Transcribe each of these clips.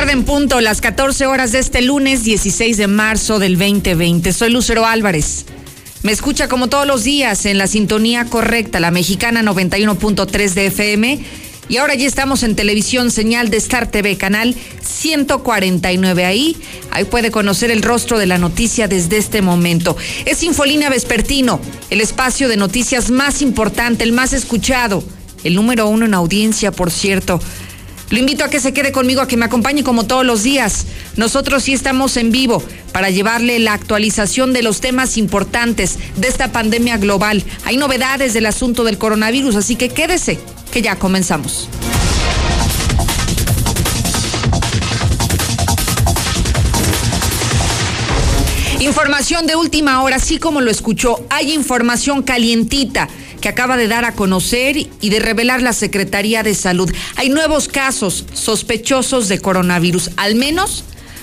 tarde en punto, las 14 horas de este lunes 16 de marzo del 2020. Soy Lucero Álvarez. Me escucha como todos los días en la sintonía correcta, la Mexicana 91.3 de FM. Y ahora ya estamos en televisión, señal de Star TV, canal 149. Ahí puede conocer el rostro de la noticia desde este momento. Es Infolínea Vespertino, el espacio de noticias más importante, el más escuchado, el número 1 en audiencia, por cierto. Lo invito a que se quede conmigo, a que me acompañe como todos los días. Nosotros sí estamos en vivo para llevarle la actualización de los temas importantes de esta pandemia global. Hay novedades del asunto del coronavirus, así que quédese, que ya comenzamos. Información de última hora, así como lo escuchó, hay información calientita que acaba de dar a conocer y de revelar la Secretaría de Salud. Hay nuevos casos sospechosos de coronavirus. Al menos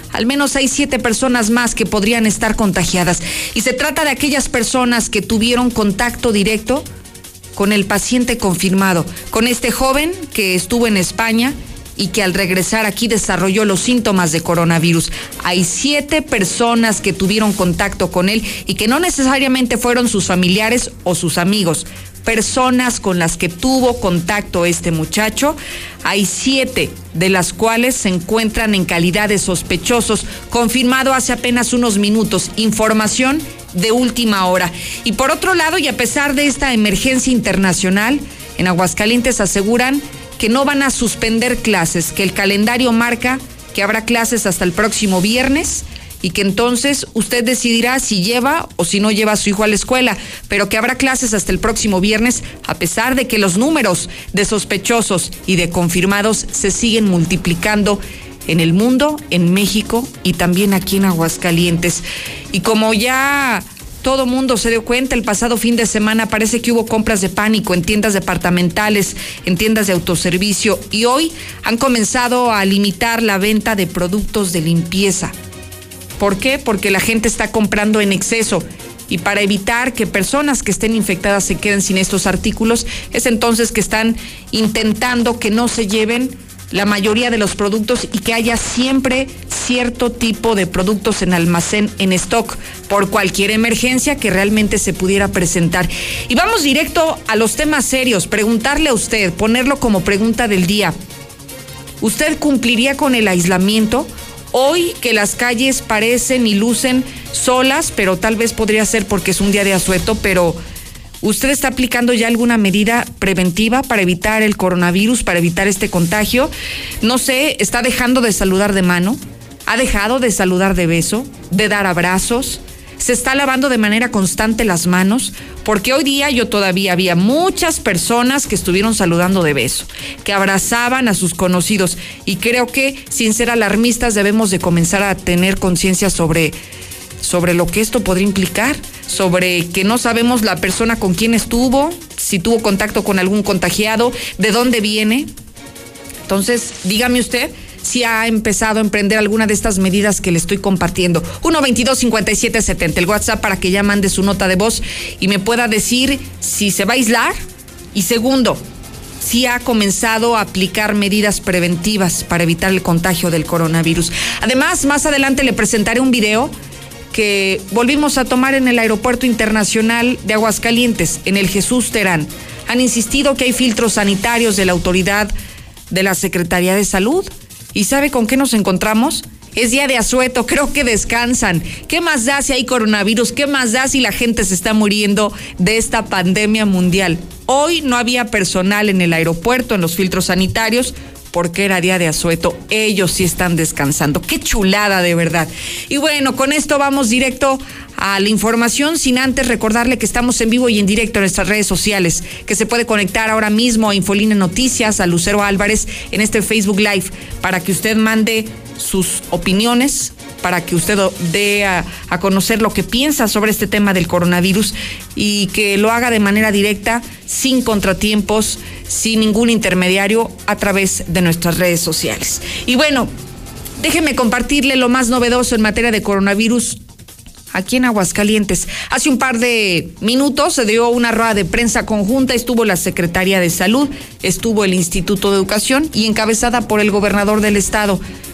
hay 7 personas más que podrían estar contagiadas. Y se trata de aquellas personas que tuvieron contacto directo con el paciente confirmado, con este joven que estuvo en España y que al regresar aquí desarrolló los síntomas de coronavirus. Hay 7 personas que tuvieron contacto con él y que no necesariamente fueron sus familiares o sus amigos, personas con las que tuvo contacto este muchacho. Hay 7 de las cuales se encuentran en calidad de sospechosos, confirmado hace apenas unos minutos. Información de última hora. Y por otro lado, y a pesar de esta emergencia internacional, en Aguascalientes aseguran que no van a suspender clases, que el calendario marca que habrá clases hasta el próximo viernes y que entonces usted decidirá si lleva o si no lleva a su hijo a la escuela, pero que habrá clases hasta el próximo viernes, a pesar de que los números de sospechosos y de confirmados se siguen multiplicando en el mundo, en México y también aquí en Aguascalientes. Y como ya todo mundo se dio cuenta, el pasado fin de semana parece que hubo compras de pánico en tiendas departamentales, en tiendas de autoservicio, y hoy han comenzado a limitar la venta de productos de limpieza. ¿Por qué? Porque la gente está comprando en exceso. Y para evitar que personas que estén infectadas se queden sin estos artículos, es entonces que están intentando que no se lleven la mayoría de los productos y que haya siempre cierto tipo de productos en almacén en stock por cualquier emergencia que realmente se pudiera presentar. Y vamos directo a los temas serios, preguntarle a usted, ponerlo como pregunta del día. ¿Usted cumpliría con el aislamiento? Hoy que las calles parecen y lucen solas, pero tal vez podría ser porque es un día de asueto, pero ¿usted está aplicando ya alguna medida preventiva para evitar el coronavirus, para evitar este contagio? No sé, ¿está dejando de saludar de mano? ¿Ha dejado de saludar de beso? ¿De dar abrazos? ¿Se está lavando de manera constante las manos? Porque hoy día yo todavía había muchas personas que estuvieron saludando de beso, que abrazaban a sus conocidos, y creo que sin ser alarmistas debemos de comenzar a tener conciencia sobre lo que esto podría implicar, sobre que no sabemos la persona con quién estuvo, si tuvo contacto con algún contagiado, de dónde viene. Entonces, dígame usted si ha empezado a emprender alguna de estas medidas que le estoy compartiendo. 1-22-57-70, el WhatsApp para que ya mande su nota de voz y me pueda decir si se va a aislar. Y segundo, si ha comenzado a aplicar medidas preventivas para evitar el contagio del coronavirus. Además, más adelante le presentaré un video que volvimos a tomar en el Aeropuerto Internacional de Aguascalientes, en el Jesús Terán. Han insistido que hay filtros sanitarios de la autoridad de la Secretaría de Salud. ¿Y sabe con qué nos encontramos? Es día de asueto, creo que descansan. ¿Qué más da si hay coronavirus? ¿Qué más da si la gente se está muriendo de esta pandemia mundial? Hoy no había personal en el aeropuerto, en los filtros sanitarios, porque era día de asueto. Ellos sí están descansando. ¡Qué chulada, de verdad! Y bueno, con esto vamos directo a la información, sin antes recordarle que estamos en vivo y en directo en nuestras redes sociales, que se puede conectar ahora mismo a Infolínea Noticias, a Lucero Álvarez, en este Facebook Live, para que usted mande sus opiniones, para que usted dé a conocer lo que piensa sobre este tema del coronavirus y que lo haga de manera directa, sin contratiempos, sin ningún intermediario, a través de nuestras redes sociales. Y bueno, déjeme compartirle lo más novedoso en materia de coronavirus aquí en Aguascalientes. Hace un par de minutos se dio una rueda de prensa conjunta, estuvo la Secretaría de Salud, estuvo el Instituto de Educación y encabezada por el gobernador del estado.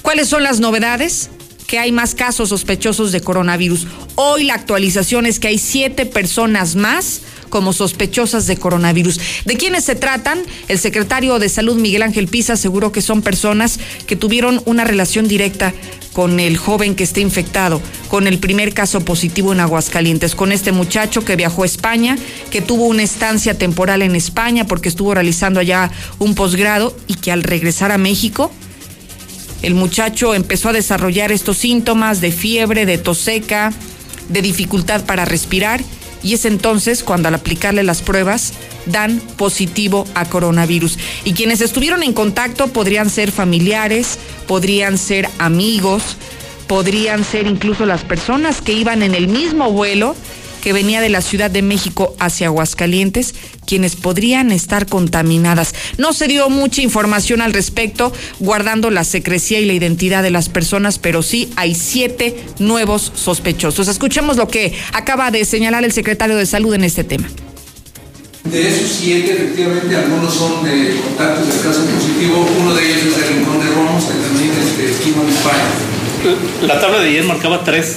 ¿Cuáles son las novedades? Que hay más casos sospechosos de coronavirus. Hoy la actualización es que hay 7 personas más como sospechosas de coronavirus. ¿De quiénes se tratan? El secretario de Salud, Miguel Ángel Pisa, aseguró que son personas que tuvieron una relación directa con el joven que está infectado, con el primer caso positivo en Aguascalientes, con este muchacho que viajó a España, que tuvo una estancia temporal en España porque estuvo realizando allá un posgrado y que al regresar a México, el muchacho empezó a desarrollar estos síntomas de fiebre, de tos seca, de dificultad para respirar, y es entonces cuando al aplicarle las pruebas dan positivo a coronavirus. Y quienes estuvieron en contacto podrían ser familiares, podrían ser amigos, podrían ser incluso las personas que iban en el mismo vuelo que venía de la Ciudad de México hacia Aguascalientes, quienes podrían estar contaminadas. No se dio mucha información al respecto, guardando la secrecía y la identidad de las personas, pero sí hay 7 nuevos sospechosos. Escuchemos lo que acaba de señalar el secretario de Salud en este tema. De esos 7, efectivamente, algunos son de contactos del caso positivo. Uno de ellos es el Rincón de Romos, que también estuvo en España. La tabla de ayer marcaba 3.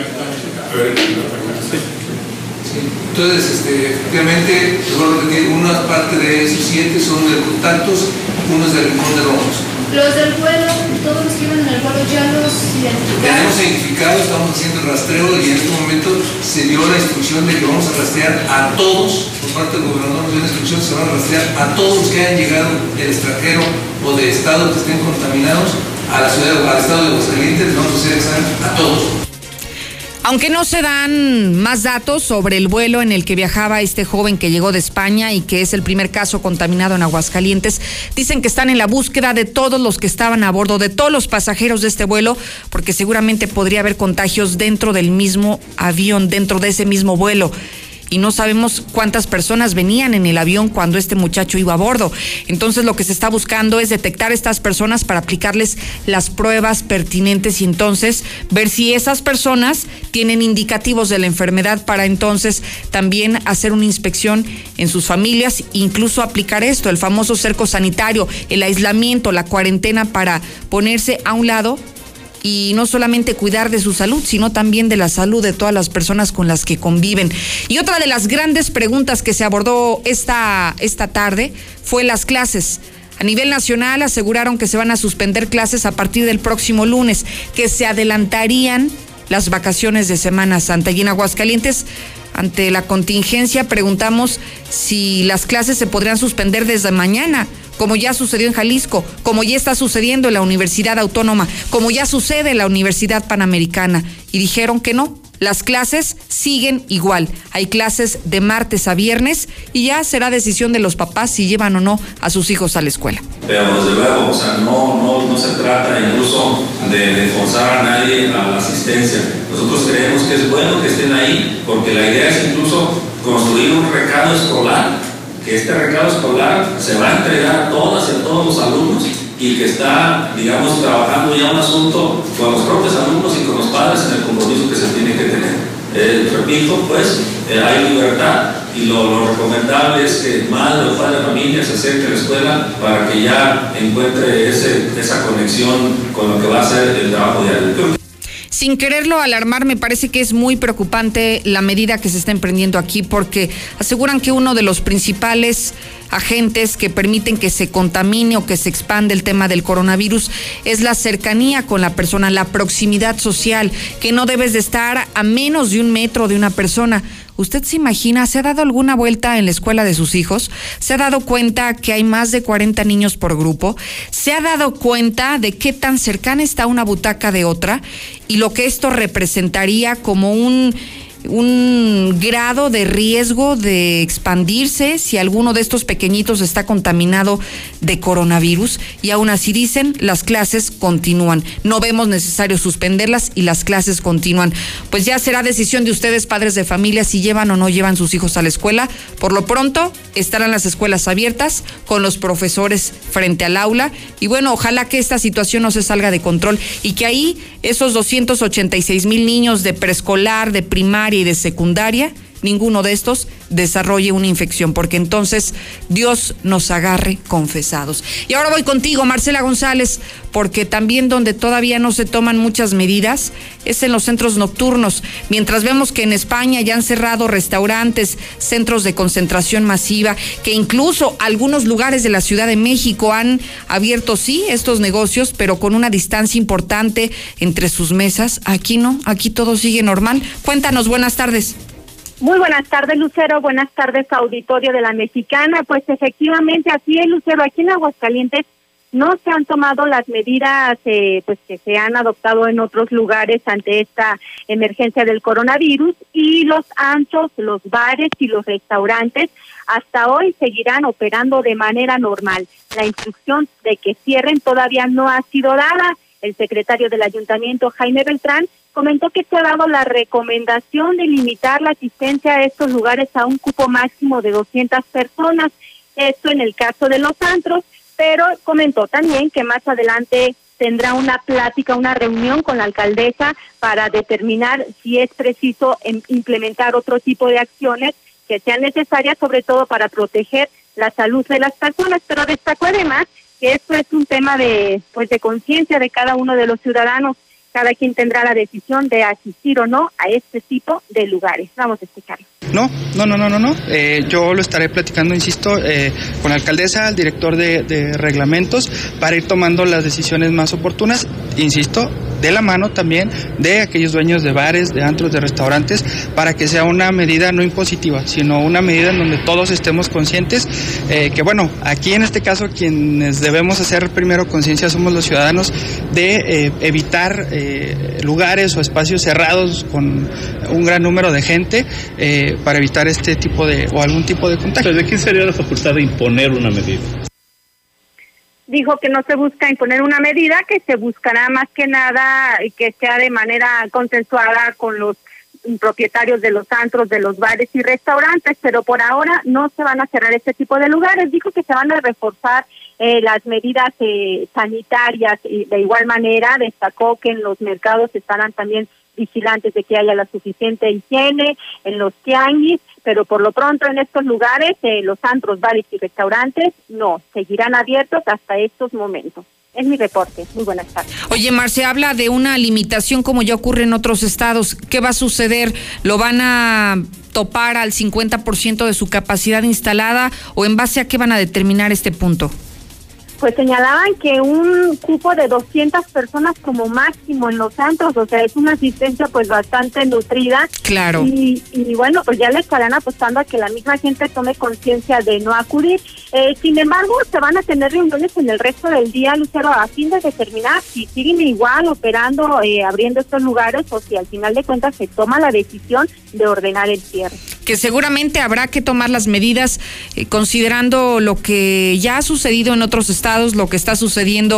Entonces, efectivamente, una parte de esos 7 son de contactos, uno es del Rincón de Romos. Los del vuelo, todos los que iban en el vuelo ya los identificaron. Tenemos identificados, estamos haciendo el rastreo y en este momento se dio la instrucción de que vamos a rastrear a todos, por parte del gobernador nos dio la instrucción, se van a rastrear a todos los que hayan llegado del extranjero o de estados que estén contaminados a la ciudad, al estado de Aguascalientes, vamos a hacer examen a todos. Aunque no se dan más datos sobre el vuelo en el que viajaba este joven que llegó de España y que es el primer caso contaminado en Aguascalientes, dicen que están en la búsqueda de todos los que estaban a bordo, de todos los pasajeros de este vuelo, porque seguramente podría haber contagios dentro del mismo avión, dentro de ese mismo vuelo. Y no sabemos cuántas personas venían en el avión cuando este muchacho iba a bordo. Entonces lo que se está buscando es detectar a estas personas para aplicarles las pruebas pertinentes y entonces ver si esas personas tienen indicativos de la enfermedad para entonces también hacer una inspección en sus familias, incluso aplicar esto, el famoso cerco sanitario, el aislamiento, la cuarentena para ponerse a un lado y no solamente cuidar de su salud, sino también de la salud de todas las personas con las que conviven. Y otra de las grandes preguntas que se abordó esta tarde fue las clases. A nivel nacional aseguraron que se van a suspender clases a partir del próximo lunes, que se adelantarían las vacaciones de Semana Santa. Y en Aguascalientes, ante la contingencia, preguntamos si las clases se podrían suspender desde mañana, como ya sucedió en Jalisco, como ya está sucediendo en la Universidad Autónoma, como ya sucede en la Universidad Panamericana. Y dijeron que no, las clases siguen igual. Hay clases de martes a viernes y ya será decisión de los papás si llevan o no a sus hijos a la escuela. Pero desde luego, no se trata incluso de forzar a nadie a la asistencia. Nosotros creemos que es bueno que estén ahí, porque la idea es incluso construir un recado escolar, que este recado escolar se va a entregar a todas y a todos los alumnos y que está, digamos, trabajando ya un asunto con los propios alumnos y con los padres en el compromiso que se tiene que tener. Repito, pues, hay libertad y lo recomendable es que madre o padre de familia se acerque a la escuela para que ya encuentre esa conexión con lo que va a ser el trabajo diario. Sin quererlo alarmar, me parece que es muy preocupante la medida que se está emprendiendo aquí, porque aseguran que uno de los principales agentes que permiten que se contamine o que se expande el tema del coronavirus es la cercanía con la persona, la proximidad social, que no debes de estar a menos de 1 metro de una persona. ¿Usted se imagina, se ha dado alguna vuelta en la escuela de sus hijos? ¿Se ha dado cuenta que hay más de 40 niños por grupo? ¿Se ha dado cuenta de qué tan cercana está una butaca de otra? Y lo que esto representaría como un grado de riesgo de expandirse si alguno de estos pequeñitos está contaminado de coronavirus, y aún así dicen, las clases continúan. No vemos necesario suspenderlas y las clases continúan. Pues ya será decisión de ustedes, padres de familia, si llevan o no llevan sus hijos a la escuela. Por lo pronto, estarán las escuelas abiertas con los profesores frente al aula y bueno, ojalá que esta situación no se salga de control y que ahí esos 286,000 niños de preescolar, de primaria y de secundaria ninguno de estos desarrolle una infección, porque entonces Dios nos agarre confesados. Y ahora voy contigo, Marcela González, porque también donde todavía no se toman muchas medidas es en los centros nocturnos. Mientras vemos que en España ya han cerrado restaurantes, centros de concentración masiva, que incluso algunos lugares de la Ciudad de México han abierto, sí, estos negocios, pero con una distancia importante entre sus mesas. Aquí no, aquí todo sigue normal. Cuéntanos, buenas tardes. Muy buenas tardes, Lucero. Buenas tardes, auditorio de La Mexicana. Pues efectivamente, así es, Lucero. Aquí en Aguascalientes no se han tomado las medidas pues que se han adoptado en otros lugares ante esta emergencia del coronavirus, y los antros, los bares y los restaurantes hasta hoy seguirán operando de manera normal. La instrucción de que cierren todavía no ha sido dada. El secretario del Ayuntamiento, Jaime Beltrán, comentó que se ha dado la recomendación de limitar la asistencia a estos lugares a un cupo máximo de 200 personas, esto en el caso de los antros, pero comentó también que más adelante tendrá una plática, una reunión con la alcaldesa para determinar si es preciso implementar otro tipo de acciones que sean necesarias, sobre todo para proteger la salud de las personas, pero destacó además que esto es un tema de conciencia de cada uno de los ciudadanos. Cada quien tendrá la decisión de asistir o no a este tipo de lugares. Vamos a escucharlo. No. Yo lo estaré platicando, insisto, con la alcaldesa, el director de reglamentos, para ir tomando las decisiones más oportunas, insisto, de la mano también de aquellos dueños de bares, de antros, de restaurantes, para que sea una medida no impositiva, sino una medida en donde todos estemos conscientes, que bueno, aquí en este caso quienes debemos hacer primero conciencia somos los ciudadanos de evitar lugares o espacios cerrados con un gran número de gente para evitar este tipo de o algún tipo de contagio. ¿De quién sería la facultad de imponer una medida? Dijo que no se busca imponer una medida, que se buscará más que nada que sea de manera consensuada con los propietarios de los antros, de los bares y restaurantes, pero por ahora no se van a cerrar este tipo de lugares. Dijo que se van a reforzar las medidas sanitarias, y de igual manera destacó que en los mercados estarán también vigilantes de que haya la suficiente higiene, en los tianguis, pero por lo pronto en estos lugares, los antros, bares y restaurantes no, seguirán abiertos hasta estos momentos. Es mi reporte. Muy buenas tardes. Oye, Marce, habla de una limitación como ya ocurre en otros estados. ¿Qué va a suceder? ¿Lo van a topar al 50% de su capacidad instalada o en base a qué van a determinar este punto? Pues señalaban que un cupo de 200 personas como máximo en los antros, o sea, es una asistencia pues bastante nutrida. Claro. Y bueno, pues ya le estarán apostando a que la misma gente tome conciencia de no acudir. Sin embargo, se van a tener reuniones en el resto del día, Lucero, a fin de determinar si siguen igual operando, abriendo estos lugares, o si al final de cuentas se toma la decisión de ordenar el cierre. Que seguramente habrá que tomar las medidas considerando lo que ya ha sucedido en otros estados, lo que está sucediendo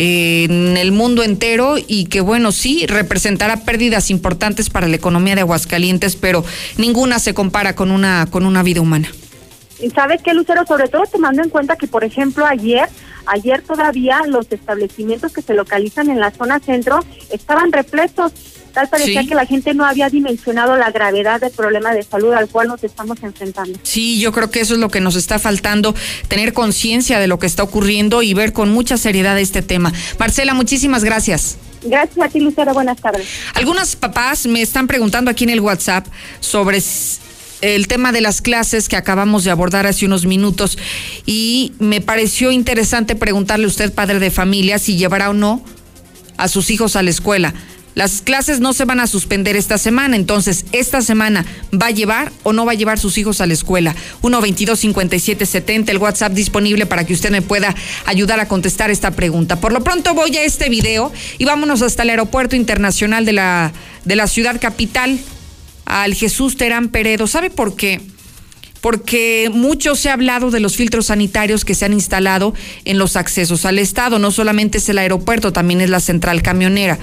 en el mundo entero, y que bueno, sí, representará pérdidas importantes para la economía de Aguascalientes, pero ninguna se compara con una vida humana. ¿Y sabes qué, Lucero? Sobre todo tomando en cuenta que, por ejemplo, ayer todavía los establecimientos que se localizan en la zona centro estaban repletos. Tal parecía que la gente no había dimensionado la gravedad del problema de salud al cual nos estamos enfrentando. Sí, yo creo que eso es lo que nos está faltando, tener conciencia de lo que está ocurriendo y ver con mucha seriedad este tema. Marcela, muchísimas gracias. Gracias a ti, Lucero. Buenas tardes. Algunos papás me están preguntando aquí en el WhatsApp sobre el tema de las clases que acabamos de abordar hace unos minutos, y me pareció interesante preguntarle a usted, padre de familia, si llevará o no a sus hijos a la escuela. Las clases no se van a suspender esta semana, entonces, ¿esta semana va a llevar o no va a llevar sus hijos a la escuela? 122-5770, el WhatsApp disponible para que usted me pueda ayudar a contestar esta pregunta. Por lo pronto voy a este video y vámonos hasta el Aeropuerto Internacional de la ciudad capital, al Jesús Terán Peredo. ¿Sabe por qué? Porque mucho se ha hablado de los filtros sanitarios que se han instalado en los accesos al estado. No solamente es el aeropuerto, también es la central camionera.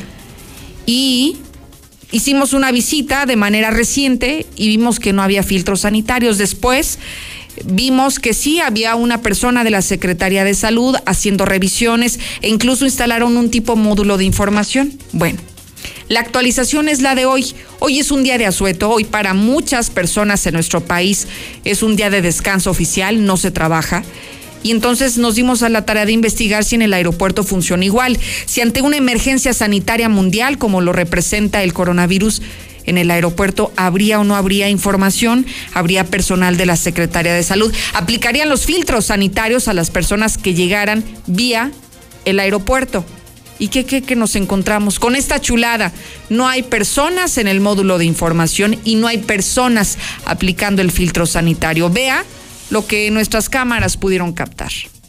Y hicimos una visita de manera reciente y vimos que no había filtros sanitarios. Después vimos que sí había una persona de la Secretaría de Salud haciendo revisiones e incluso instalaron un tipo módulo de información. Bueno, La actualización es la de hoy. Hoy es un día de asueto. Hoy para muchas personas en nuestro país es un día de descanso oficial, no se trabaja. Y entonces nos dimos a la tarea de investigar si en el aeropuerto funciona igual, si ante una emergencia sanitaria mundial como lo representa el coronavirus, en el aeropuerto habría o no habría información, habría personal de la Secretaría de Salud, aplicarían los filtros sanitarios a las personas que llegaran vía el aeropuerto. ¿Y qué nos encontramos? Con esta chulada, no hay personas en el módulo de información y no hay personas aplicando el filtro sanitario. Vea lo que nuestras cámaras pudieron captar.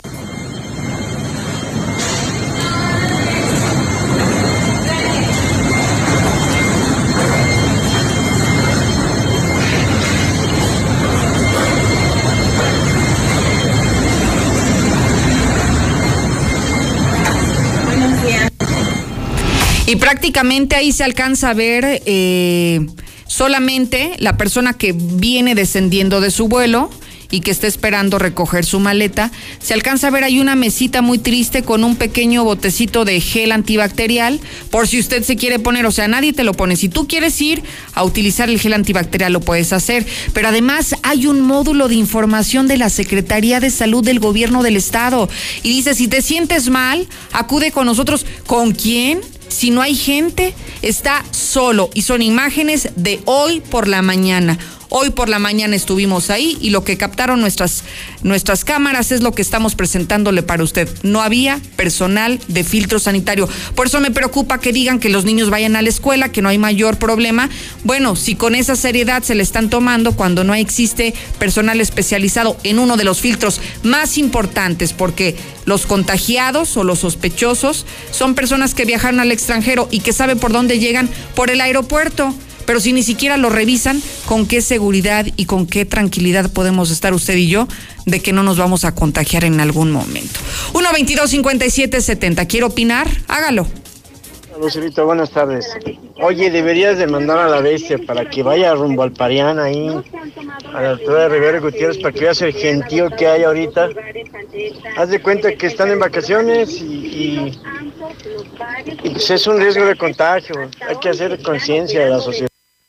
Y prácticamente ahí se alcanza a ver solamente la persona que viene descendiendo de su vuelo y que está esperando recoger su maleta. Se alcanza a ver ahí una mesita muy triste con un pequeño botecito de gel antibacterial, por si usted se quiere poner, o sea, nadie te lo pone. Si tú quieres ir a utilizar el gel antibacterial, lo puedes hacer. Pero además hay un módulo de información de la Secretaría de Salud del Gobierno del Estado. Y dice, si te sientes mal, acude con nosotros. ¿Con quién? Si no hay gente, está solo. Y son imágenes de hoy por la mañana. Hoy por la mañana estuvimos ahí y lo que captaron nuestras cámaras es lo que estamos presentándole para usted. No había personal de filtro sanitario. Por eso me preocupa que digan que los niños vayan a la escuela, que no hay mayor problema. Bueno, si con esa seriedad se le están tomando cuando no existe personal especializado en uno de los filtros más importantes, porque los contagiados o los sospechosos son personas que viajaron al extranjero y que saben por dónde llegan, por el aeropuerto. Pero si ni siquiera lo revisan, ¿con qué seguridad y con qué tranquilidad podemos estar usted y yo de que no nos vamos a contagiar en algún momento? 1-22-57-70. ¿Quiere opinar? Hágalo. Lucerito, buenas tardes. Oye, deberías de mandar a la bestia para que vaya rumbo al Parián ahí, a la altura de Rivera Gutiérrez, para que veas el gentío que hay ahorita. Haz de cuenta que están en vacaciones y pues es un riesgo de contagio. Hay que hacer conciencia de la sociedad.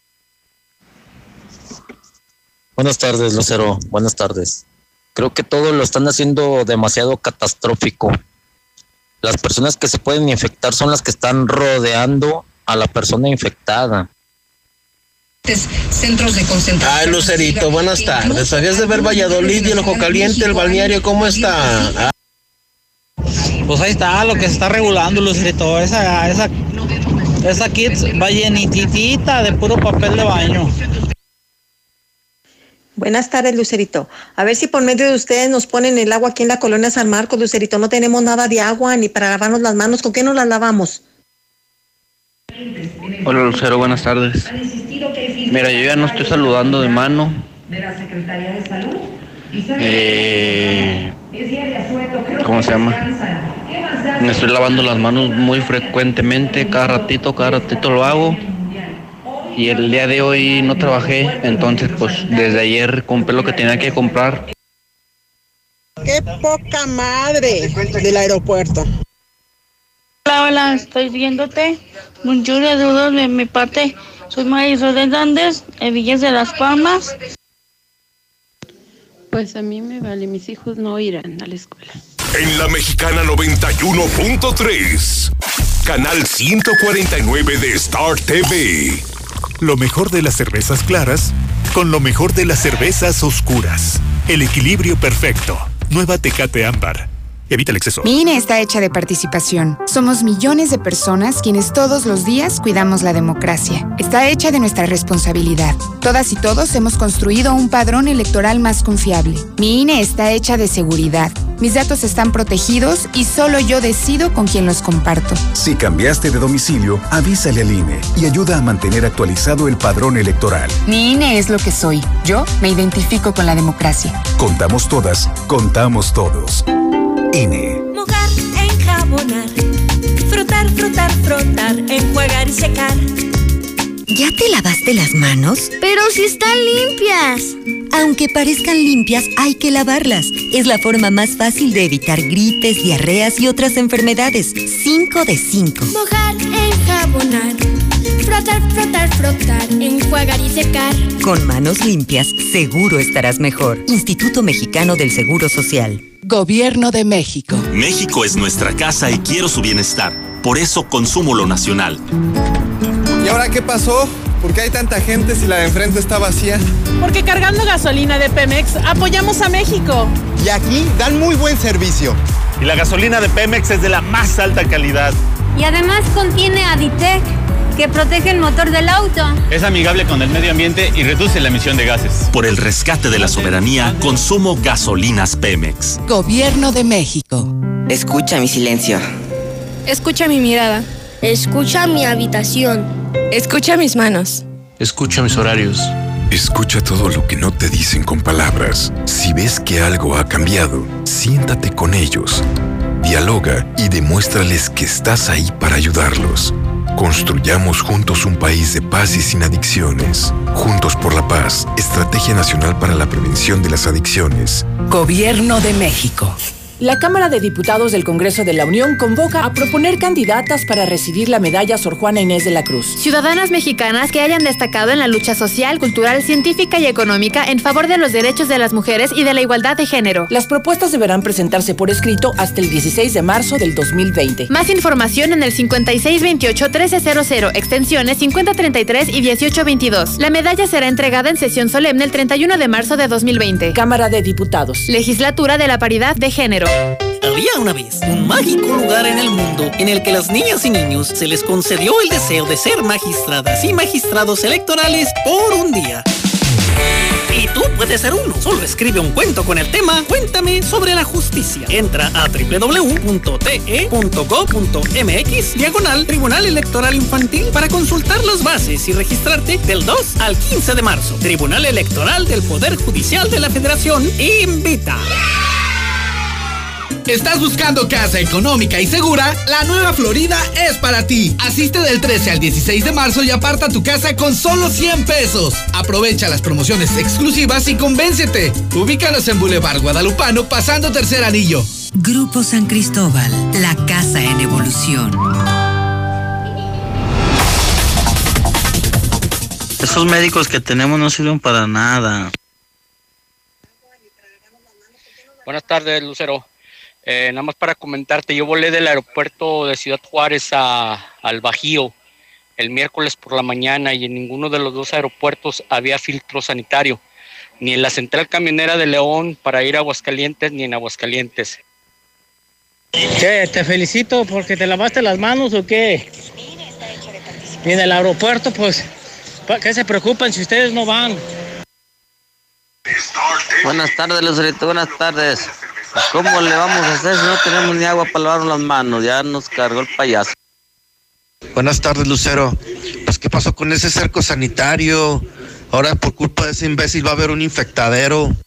Buenas tardes, Lucero. Buenas tardes. Creo que todo lo están haciendo demasiado catastrófico. Las personas que se pueden infectar son las que están rodeando a la persona infectada. Centros de concentración. Ay, Lucerito, buenas tardes. ¿Sabías de ver Valladolid y el Ojo Caliente, el balneario, cómo está? Pues ahí está lo que se está regulando, Lucerito. Esa kit va llenitita de puro papel de baño. Buenas tardes, Lucerito. A ver si por medio de ustedes nos ponen el agua aquí en la colonia San Marcos, Lucerito. No tenemos nada de agua ni para lavarnos las manos. ¿Con qué nos las lavamos? Hola, Lucero, buenas tardes. Mira, yo ya no estoy saludando de mano. ¿Cómo se llama? Me estoy lavando las manos muy frecuentemente, cada ratito lo hago. Y el día de hoy no trabajé, entonces pues desde ayer compré lo que tenía que comprar. ¡Qué poca madre del aeropuerto! Hola, estoy viéndote. Muchos saludos de mi parte. Soy Marisol Hernández, de Villas de las Palmas. Pues a mí me vale, mis hijos no irán a la escuela. En la Mexicana 91.3, canal 149 de Star TV. Lo mejor de las cervezas claras con lo mejor de las cervezas oscuras. El equilibrio perfecto. Nueva Tecate Ámbar. Evita el exceso. Mi INE está hecha de participación. Somos millones de personas quienes todos los días cuidamos la democracia. Está hecha de nuestra responsabilidad. Todas y todos hemos construido un padrón electoral más confiable. Mi INE está hecha de seguridad. Mis datos están protegidos y solo yo decido con quién los comparto. Si cambiaste de domicilio, avísale al INE y ayuda a mantener actualizado el padrón electoral. Mi INE es lo que soy. Yo me identifico con la democracia. Contamos todas, contamos todos. INE. Mojar, enjabonar, frotar, frotar, frotar, enjuagar y secar. ¿Ya te lavaste las manos? ¡Pero si están limpias! Aunque parezcan limpias, hay que lavarlas. Es la forma más fácil de evitar gripes, diarreas y otras enfermedades. 5 de 5. Mojar, enjabonar, Frotar, frotar, frotar, enjuagar y secar. Con manos limpias, seguro estarás mejor. Instituto Mexicano del Seguro Social. Gobierno de México. México es nuestra casa y quiero su bienestar. Por eso consumo lo nacional. ¿Y ahora qué pasó? ¿Por qué hay tanta gente si la de enfrente está vacía? Porque cargando gasolina de Pemex apoyamos a México. Y aquí dan muy buen servicio. Y la gasolina de Pemex es de la más alta calidad. Y además contiene Aditec, que protege el motor del auto. Es amigable con el medio ambiente y reduce la emisión de gases. Por el rescate de la soberanía, consumo gasolinas Pemex. Gobierno de México. Escucha mi silencio. Escucha mi mirada. Escucha mi habitación. Escucha mis manos. Escucha mis horarios. Escucha todo lo que no te dicen con palabras. Si ves que algo ha cambiado, siéntate con ellos. Dialoga y demuéstrales que estás ahí para ayudarlos. Construyamos juntos un país de paz y sin adicciones. Juntos por la paz, Estrategia Nacional para la Prevención de las Adicciones. Gobierno de México. La Cámara de Diputados del Congreso de la Unión convoca a proponer candidatas para recibir la medalla Sor Juana Inés de la Cruz. Ciudadanas mexicanas que hayan destacado en la lucha social, cultural, científica y económica en favor de los derechos de las mujeres y de la igualdad de género. Las propuestas deberán presentarse por escrito hasta el 16 de marzo del 2020. Más información en el 5628-1300, extensiones 5033 y 1822. La medalla será entregada en sesión solemne el 31 de marzo de 2020. Cámara de Diputados. Legislatura de la Paridad de Género. Había una vez un mágico lugar en el mundo en el que las niñas y niños se les concedió el deseo de ser magistradas y magistrados electorales por un día. Y tú puedes ser uno. Solo escribe un cuento con el tema Cuéntame sobre la justicia. Entra a www.te.gov.mx/Tribunal Electoral Infantil para consultar las bases y registrarte del 2 al 15 de marzo. Tribunal Electoral del Poder Judicial de la Federación invita. ¿Estás buscando casa económica y segura? La Nueva Florida es para ti. Asiste del 13 al 16 de marzo y aparta tu casa con solo 100 pesos. Aprovecha las promociones exclusivas y convéncete. Ubícanos en Boulevard Guadalupano, pasando Tercer Anillo. Grupo San Cristóbal, la casa en evolución. Esos médicos que tenemos no sirven para nada. Buenas tardes, Lucero. Nada más para comentarte, yo volé del aeropuerto de Ciudad Juárez al Bajío el miércoles por la mañana y en ninguno de los dos aeropuertos había filtro sanitario, ni en la central camionera de León para ir a Aguascalientes, ni en Aguascalientes. ¿Qué? ¿Te felicito porque te lavaste las manos o qué? Y en el aeropuerto, pues, ¿qué se preocupan si ustedes no van? Buenas tardes, Lucerito, buenas tardes. ¿Cómo le vamos a hacer si no tenemos ni agua para lavar las manos? Ya nos cargó el payaso. Buenas tardes, Lucero. Pues, ¿qué pasó con ese cerco sanitario? Ahora, por culpa de ese imbécil, va a haber un infectadero.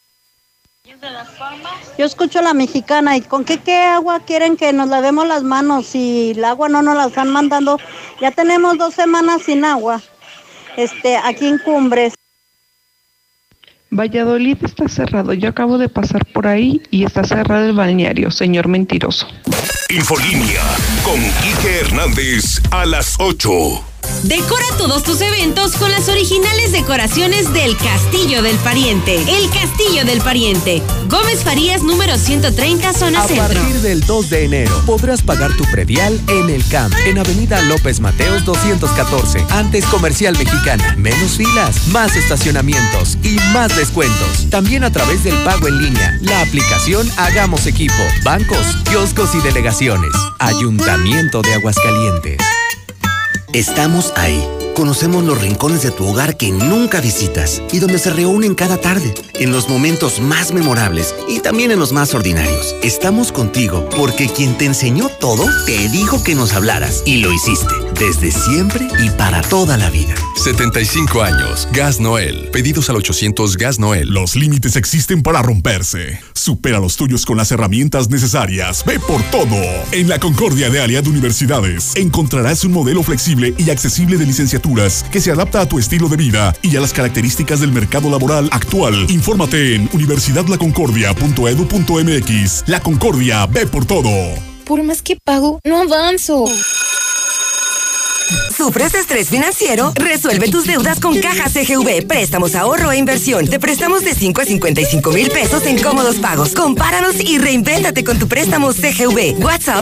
Yo escucho a la mexicana. ¿Y con qué agua quieren que nos lavemos las manos? Si el agua no nos la están mandando. Ya tenemos 2 semanas sin agua. Aquí en Cumbres. Valladolid está cerrado. Yo acabo de pasar por ahí y está cerrado el balneario, señor mentiroso. Infolínea con Quique Hernández a las 8. Decora todos tus eventos con las originales decoraciones del Castillo del Pariente. El Castillo del Pariente. Gómez Farías, número 130, zona centro. A partir del 2 de enero podrás pagar tu predial en el CAMP, en Avenida López Mateos 214, antes Comercial Mexicana. Menos filas, más estacionamientos y más descuentos. También a través del pago en línea, la aplicación Hagamos Equipo, bancos, kioscos y delegaciones. Ayuntamiento de Aguascalientes. Estamos ahí. Conocemos los rincones de tu hogar que nunca visitas y donde se reúnen cada tarde, en los momentos más memorables y también en los más ordinarios. Estamos contigo porque quien te enseñó todo te dijo que nos hablaras y lo hiciste, desde siempre y para toda la vida. 75 años. Gas Noel. Pedidos al 800 Gas Noel. Los límites existen para romperse. Supera los tuyos con las herramientas necesarias. Ve por todo. En la Concordia de Aliad Universidades encontrarás un modelo flexible y accesible de licenciaturas que se adapta a tu estilo de vida y a las características del mercado laboral actual. Infórmate en universidadlaconcordia.edu.mx. La Concordia, ve por todo. Por más que pago, no avanzo. ¿Sufres de estrés financiero? Resuelve tus deudas con Caja CGV. Préstamos, ahorro e inversión. Te prestamos de 5 a 55 mil pesos en cómodos pagos. Compáranos y reinvéntate con tu préstamo CGV. WhatsApp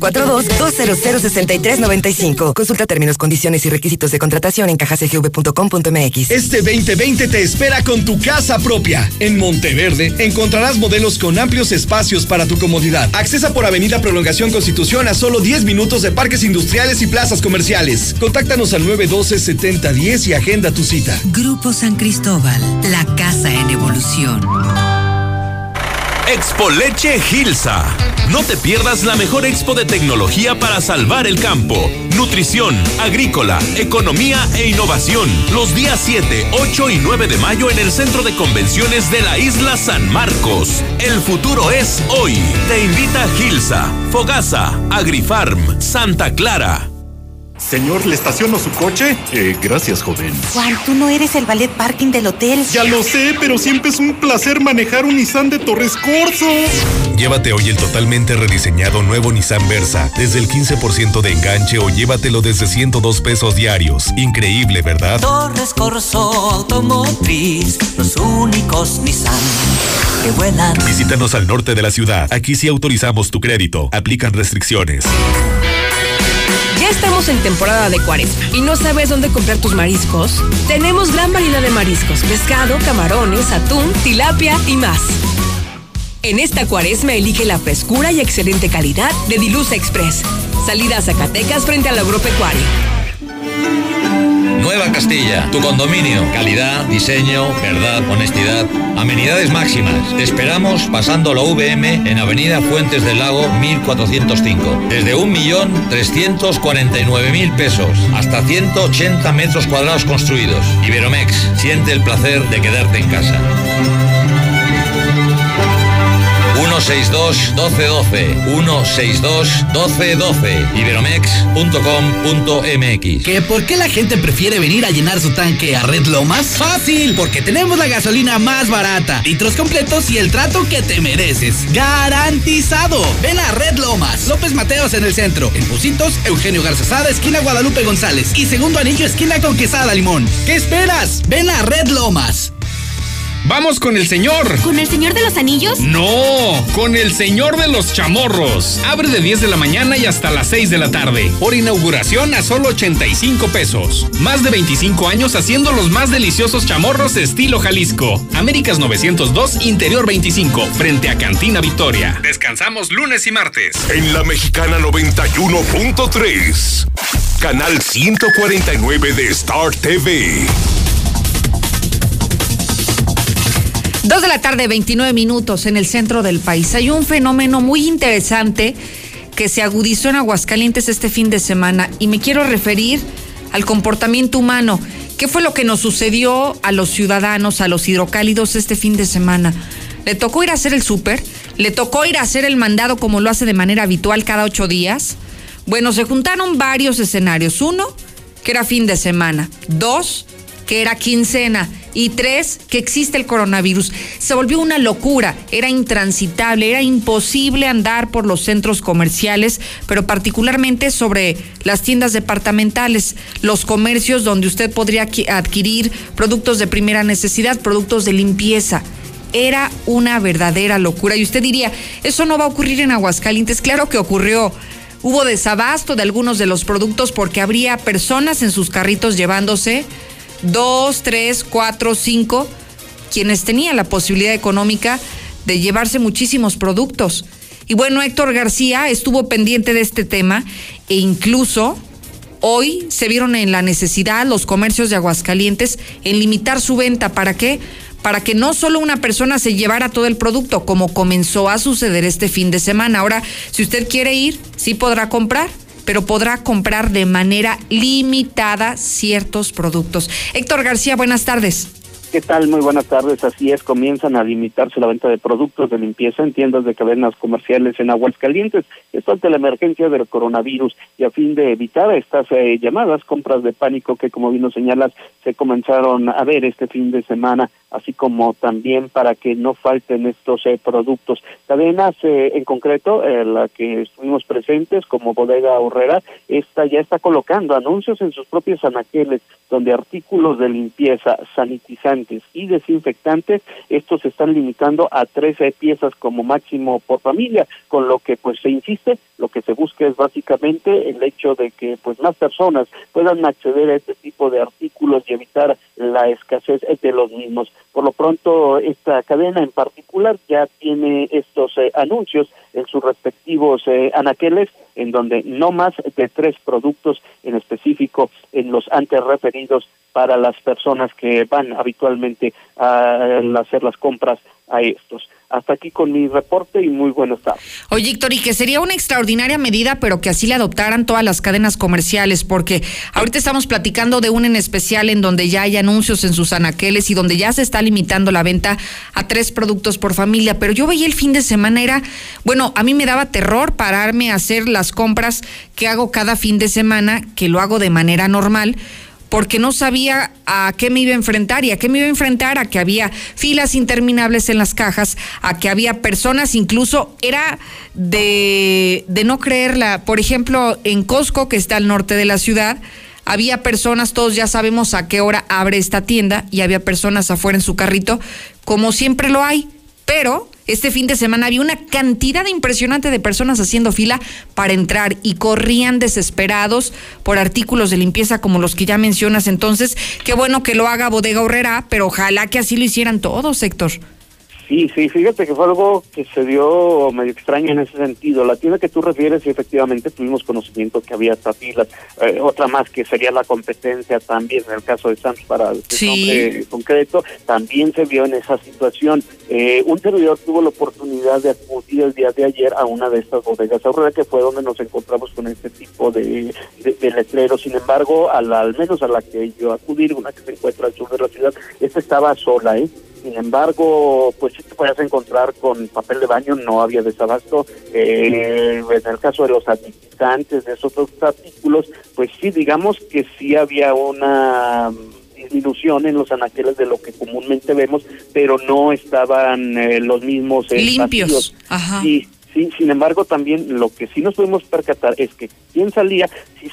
442-200-6395. Consulta términos, condiciones y requisitos de contratación en cajacgv.com.mx. Este 2020 te espera con tu casa propia. En Monteverde encontrarás modelos con amplios espacios para tu comodidad. Accesa por Avenida Prolongación Constitución a solo 10 minutos de parques industriales y plazas comerciales. Contáctanos al 912-7010 y agenda tu cita. Grupo San Cristóbal, la casa en evolución. Expo Leche Gilsa. No te pierdas la mejor expo de tecnología para salvar el campo. Nutrición, agrícola, economía e innovación. Los días 7, 8 y 9 de mayo en el Centro de Convenciones de la Isla San Marcos. El futuro es hoy. Te invita Gilsa, Fogasa, Agrifarm, Santa Clara. Señor, ¿le estaciono su coche? Gracias, joven. Juan, tú no eres el valet parking del hotel. Ya lo sé, pero siempre es un placer manejar un Nissan de Torres Corso. Llévate hoy el totalmente rediseñado nuevo Nissan Versa, desde el 15% de enganche o llévatelo desde 102 pesos diarios. Increíble, ¿verdad? Torres Corso Automotriz, los únicos Nissan que vuelan. Visítanos al norte de la ciudad. Aquí sí autorizamos tu crédito. Aplican restricciones. Ya estamos en temporada de Cuaresma y no sabes dónde comprar tus mariscos. Tenemos gran variedad de mariscos: pescado, camarones, atún, tilapia y más. En esta Cuaresma elige la frescura y excelente calidad de Dilusa Express. Salida a Zacatecas frente al agropecuario. Nueva Castilla, tu condominio. Calidad, diseño, verdad, honestidad, amenidades máximas. Te esperamos pasando la VM en Avenida Fuentes del Lago 1405. Desde 1.349.000 pesos hasta 180 metros cuadrados construidos. Iberomex, siente el placer de quedarte en casa. 162-1212, 162-1212, iberomex.com.mx. ¿Que por qué la gente prefiere venir a llenar su tanque a Red Lomas? ¡Fácil! Porque tenemos la gasolina más barata, litros completos y el trato que te mereces. ¡Garantizado! Ven a Red Lomas, López Mateos en el centro, en Pocitos, Eugenio Garza Sada, esquina Guadalupe González y Segundo Anillo, esquina con Quesada Limón. ¿Qué esperas? Ven a Red Lomas. ¡Vamos con el señor! ¿Con el señor de los anillos? ¡No! ¡Con el señor de los chamorros! Abre de 10 de la mañana y hasta las 6 de la tarde. Por inauguración a solo 85 pesos. Más de 25 años haciendo los más deliciosos chamorros estilo Jalisco. Américas 902, Interior 25, frente a Cantina Victoria. Descansamos lunes y martes. En la Mexicana 91.3. Canal 149 de Star TV. 2 de la tarde, 29 minutos en el centro del país. Hay un fenómeno muy interesante que se agudizó en Aguascalientes este fin de semana y me quiero referir al comportamiento humano. ¿Qué fue lo que nos sucedió a los ciudadanos, a los hidrocálidos este fin de semana? ¿Le tocó ir a hacer el súper? ¿Le tocó ir a hacer el mandado como lo hace de manera habitual cada 8 días? Bueno, se juntaron varios escenarios. 1, que era fin de semana. 2, que era quincena. Y 3, que existe el coronavirus. Se volvió una locura, era intransitable, era imposible andar por los centros comerciales, pero particularmente sobre las tiendas departamentales, los comercios donde usted podría adquirir productos de primera necesidad, productos de limpieza. Era una verdadera locura. Y usted diría, eso no va a ocurrir en Aguascalientes. Claro que ocurrió. Hubo desabasto de algunos de los productos porque habría personas en sus carritos llevándose 2, 3, 4, 5, quienes tenían la posibilidad económica de llevarse muchísimos productos. Y bueno, Héctor García estuvo pendiente de este tema e incluso hoy se vieron en la necesidad los comercios de Aguascalientes en limitar su venta. ¿Para qué? Para que no solo una persona se llevara todo el producto, como comenzó a suceder este fin de semana. Ahora, si usted quiere ir, sí podrá comprar, pero podrá comprar de manera limitada ciertos productos. Héctor García, buenas tardes. ¿Qué tal? Muy buenas tardes. Así es, comienzan a limitarse la venta de productos de limpieza en tiendas de cadenas comerciales en Aguascalientes. Esto ante la emergencia del coronavirus y a fin de evitar estas llamadas compras de pánico que, como bien lo señalas, se comenzaron a ver este fin de semana. así como también para que no falten estos productos. Cadenas en concreto, la que estuvimos presentes como Bodega Aurrera, esta ya está colocando anuncios en sus propios anaqueles donde artículos de limpieza, sanitizantes y desinfectantes, estos se están limitando a 13 piezas como máximo por familia, con lo que pues se insiste, lo que se busca es básicamente el hecho de que pues más personas puedan acceder a este tipo de artículos y evitar la escasez de los mismos. Por lo pronto, esta cadena en particular ya tiene estos anuncios en sus respectivos anaqueles, en donde no más de 3 productos en específico en los antes referidos para las personas que van habitualmente a hacer las compras a estos. Hasta aquí con mi reporte y muy buenas tardes. Oye, Héctor, y que sería una extraordinaria medida, pero que así le adoptaran todas las cadenas comerciales, porque ahorita estamos platicando de una en especial en donde ya hay anuncios en sus anaqueles y donde ya se está limitando la venta a 3 productos por familia, pero yo veía el fin de semana, a mí me daba terror pararme a hacer las compras que hago cada fin de semana, que lo hago de manera normal, porque no sabía a qué me iba a enfrentar. ¿Y a qué me iba a enfrentar? A que había filas interminables en las cajas, a que había personas, incluso era de no creerla. Por ejemplo, en Costco, que está al norte de la ciudad, había personas, todos ya sabemos a qué hora abre esta tienda, y había personas afuera en su carrito, como siempre lo hay, pero este fin de semana había una cantidad impresionante de personas haciendo fila para entrar y corrían desesperados por artículos de limpieza como los que ya mencionas. Entonces, qué bueno que lo haga Bodega Aurrera, pero ojalá que así lo hicieran todos, Héctor. Sí, fíjate que fue algo que se dio medio extraño en ese sentido. La tienda que tú refieres, y efectivamente tuvimos conocimiento que había hasta filas. Otra más que sería la competencia también, en el caso de Sam's para el nombre concreto, también se vio en esa situación. Un servidor tuvo la oportunidad de acudir el día de ayer a una de estas bodegas Aurrera, que fue donde nos encontramos con este tipo de letreros. Sin embargo, al menos a la que yo acudí, una que se encuentra al sur de la ciudad, esta estaba sola, Sin embargo, pues sí te podías encontrar con papel de baño, no había desabasto. En el caso de los sanitizantes, de esos otros artículos, pues sí, digamos que sí había una disminución en los anaqueles de lo que comúnmente vemos, pero no estaban los mismos limpios. Ajá. Sí, sin embargo, también lo que sí nos pudimos percatar es que quien salía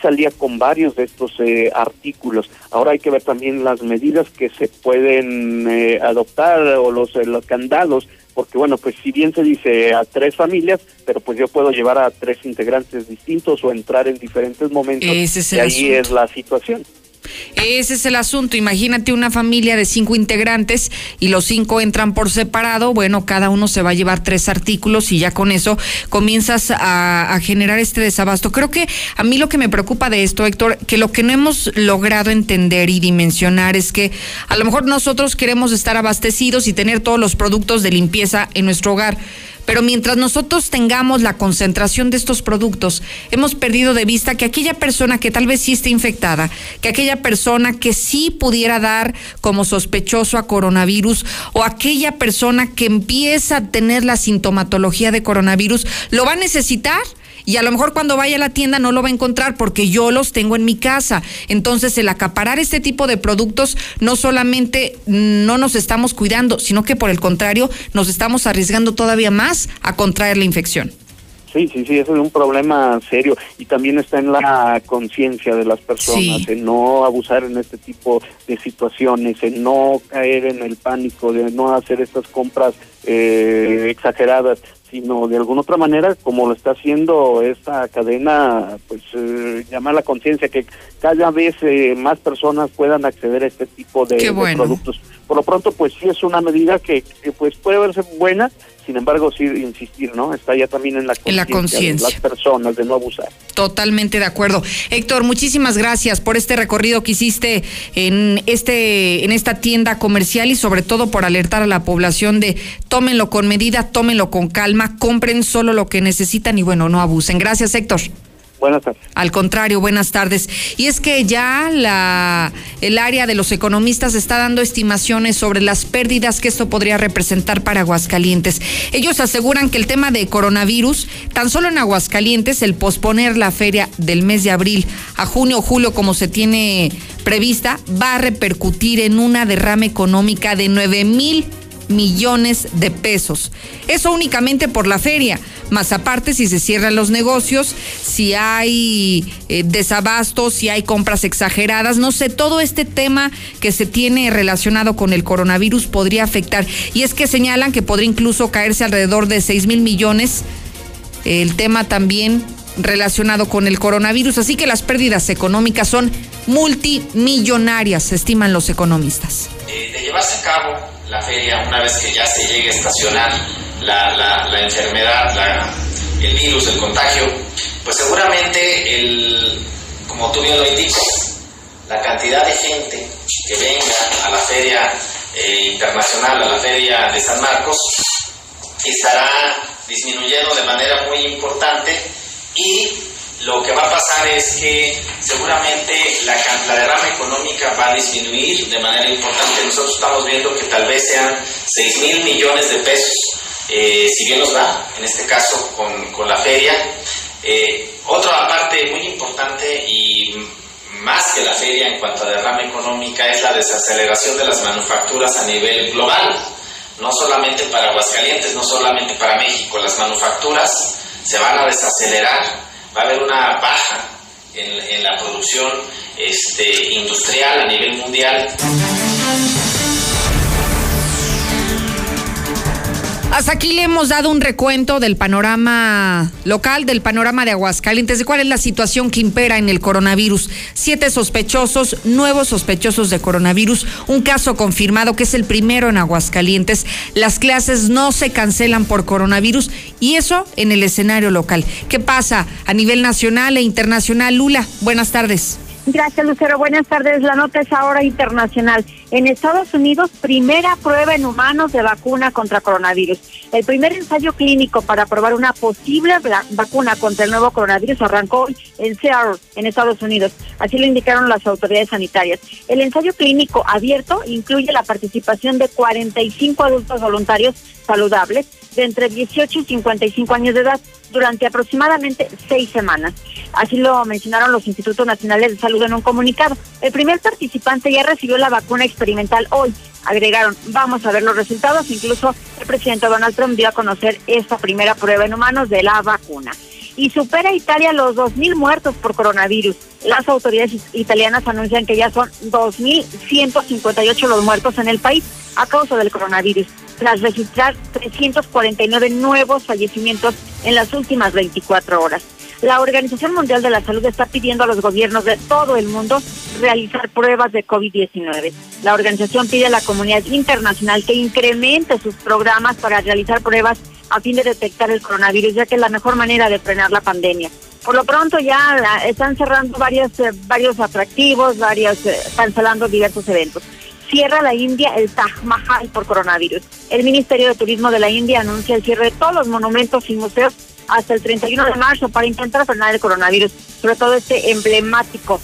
con varios de estos artículos. Ahora hay que ver también las medidas que se pueden adoptar o los candados, porque bueno, pues si bien se dice a 3 familias, pero pues yo puedo llevar a 3 integrantes distintos o entrar en diferentes momentos, y ahí es la situación. Ese es el asunto. Imagínate una familia de 5 integrantes y los 5 entran por separado. Bueno, cada uno se va a llevar 3 artículos y ya con eso comienzas a generar este desabasto. Creo que a mí lo que me preocupa de esto, Héctor, que lo que no hemos logrado entender y dimensionar es que a lo mejor nosotros queremos estar abastecidos y tener todos los productos de limpieza en nuestro hogar, pero mientras nosotros tengamos la concentración de estos productos, hemos perdido de vista que aquella persona que tal vez sí esté infectada, que aquella persona que sí pudiera dar como sospechoso a coronavirus, o aquella persona que empieza a tener la sintomatología de coronavirus, lo va a necesitar. Y a lo mejor cuando vaya a la tienda no lo va a encontrar porque yo los tengo en mi casa. Entonces, el acaparar este tipo de productos, no solamente no nos estamos cuidando, sino que por el contrario, nos estamos arriesgando todavía más a contraer la infección. Sí, ese es un problema serio, y también está en la conciencia de las personas, en no abusar en este tipo de situaciones, en no caer en el pánico, de no hacer estas compras exageradas, sino de alguna otra manera, como lo está haciendo esta cadena, pues llamar la conciencia, que cada vez más personas puedan acceder a este tipo de productos. Por lo pronto, pues sí es una medida que pues puede verse buena. Sin embargo, sí insistir, ¿no? Está ya también en la conciencia de las personas de no abusar. Totalmente de acuerdo. Héctor, muchísimas gracias por este recorrido que hiciste en esta tienda comercial, y sobre todo por alertar a la población de tómenlo con medida, tómenlo con calma, compren solo lo que necesitan y bueno, no abusen. Gracias, Héctor. Buenas tardes. Al contrario, buenas tardes. Y es que ya el área de los economistas está dando estimaciones sobre las pérdidas que esto podría representar para Aguascalientes. Ellos aseguran que el tema de coronavirus, tan solo en Aguascalientes, el posponer la feria del mes de abril a junio o julio, como se tiene prevista va a repercutir en una derrama económica de 9,000 millones de pesos. Eso únicamente por la feria, más aparte si se cierran los negocios, si hay desabastos, si hay compras exageradas, no sé, todo este tema que se tiene relacionado con el coronavirus podría afectar. Y es que señalan que podría incluso caerse alrededor de 6,000 millones el tema también relacionado con el coronavirus. Así que las pérdidas económicas son multimillonarias, estiman los economistas. De llevarse a cabo la feria, una vez que ya se llegue a estacionar la enfermedad, el virus, el contagio, pues seguramente, como tú bien lo indicas, la cantidad de gente que venga a la feria internacional, a la feria de San Marcos, estará disminuyendo de manera muy importante, y lo que va a pasar es que seguramente la derrama económica va a disminuir de manera importante. Nosotros estamos viendo que tal vez sean 6,000 millones de pesos, si bien nos va, en este caso con la feria. Otra parte muy importante y más que la feria en cuanto a derrama económica es la desaceleración de las manufacturas a nivel global. No solamente para Aguascalientes, no solamente para México, las manufacturas se van a desacelerar. Va a haber una baja en la producción industrial a nivel mundial. Hasta aquí le hemos dado un recuento del panorama local, del panorama de Aguascalientes, de cuál es la situación que impera en el coronavirus. 7 sospechosos, nuevos sospechosos de coronavirus, un caso confirmado que es el primero en Aguascalientes. Las clases no se cancelan por coronavirus y eso en el escenario local. ¿Qué pasa a nivel nacional e internacional? Lula, buenas tardes. Gracias, Lucero. Buenas tardes. La nota es ahora internacional. En Estados Unidos, primera prueba en humanos de vacuna contra coronavirus. El primer ensayo clínico para probar una posible vacuna contra el nuevo coronavirus arrancó hoy en Seattle, en Estados Unidos. Así lo indicaron las autoridades sanitarias. El ensayo clínico abierto incluye la participación de 45 adultos voluntarios saludables de entre 18 y 55 años de edad durante aproximadamente 6 semanas. Así lo mencionaron los Institutos Nacionales de Salud en un comunicado. El primer participante ya recibió la vacuna experimental hoy. Agregaron, vamos a ver los resultados. Incluso el presidente Donald Trump dio a conocer esta primera prueba en humanos de la vacuna. Y supera Italia los 2,000 muertos por coronavirus. Las autoridades italianas anuncian que ya son 2,158 los muertos en el país a causa del coronavirus, tras registrar 349 nuevos fallecimientos en las últimas 24 horas. La Organización Mundial de la Salud está pidiendo a los gobiernos de todo el mundo realizar pruebas de COVID-19. La organización pide a la comunidad internacional que incremente sus programas para realizar pruebas a fin de detectar el coronavirus, ya que es la mejor manera de frenar la pandemia. Por lo pronto ya están cerrando varios atractivos, cancelando diversos eventos. Cierra la India el Taj Mahal por coronavirus. El Ministerio de Turismo de la India anuncia el cierre de todos los monumentos y museos hasta el 31 de marzo para intentar frenar el coronavirus, sobre todo este emblemático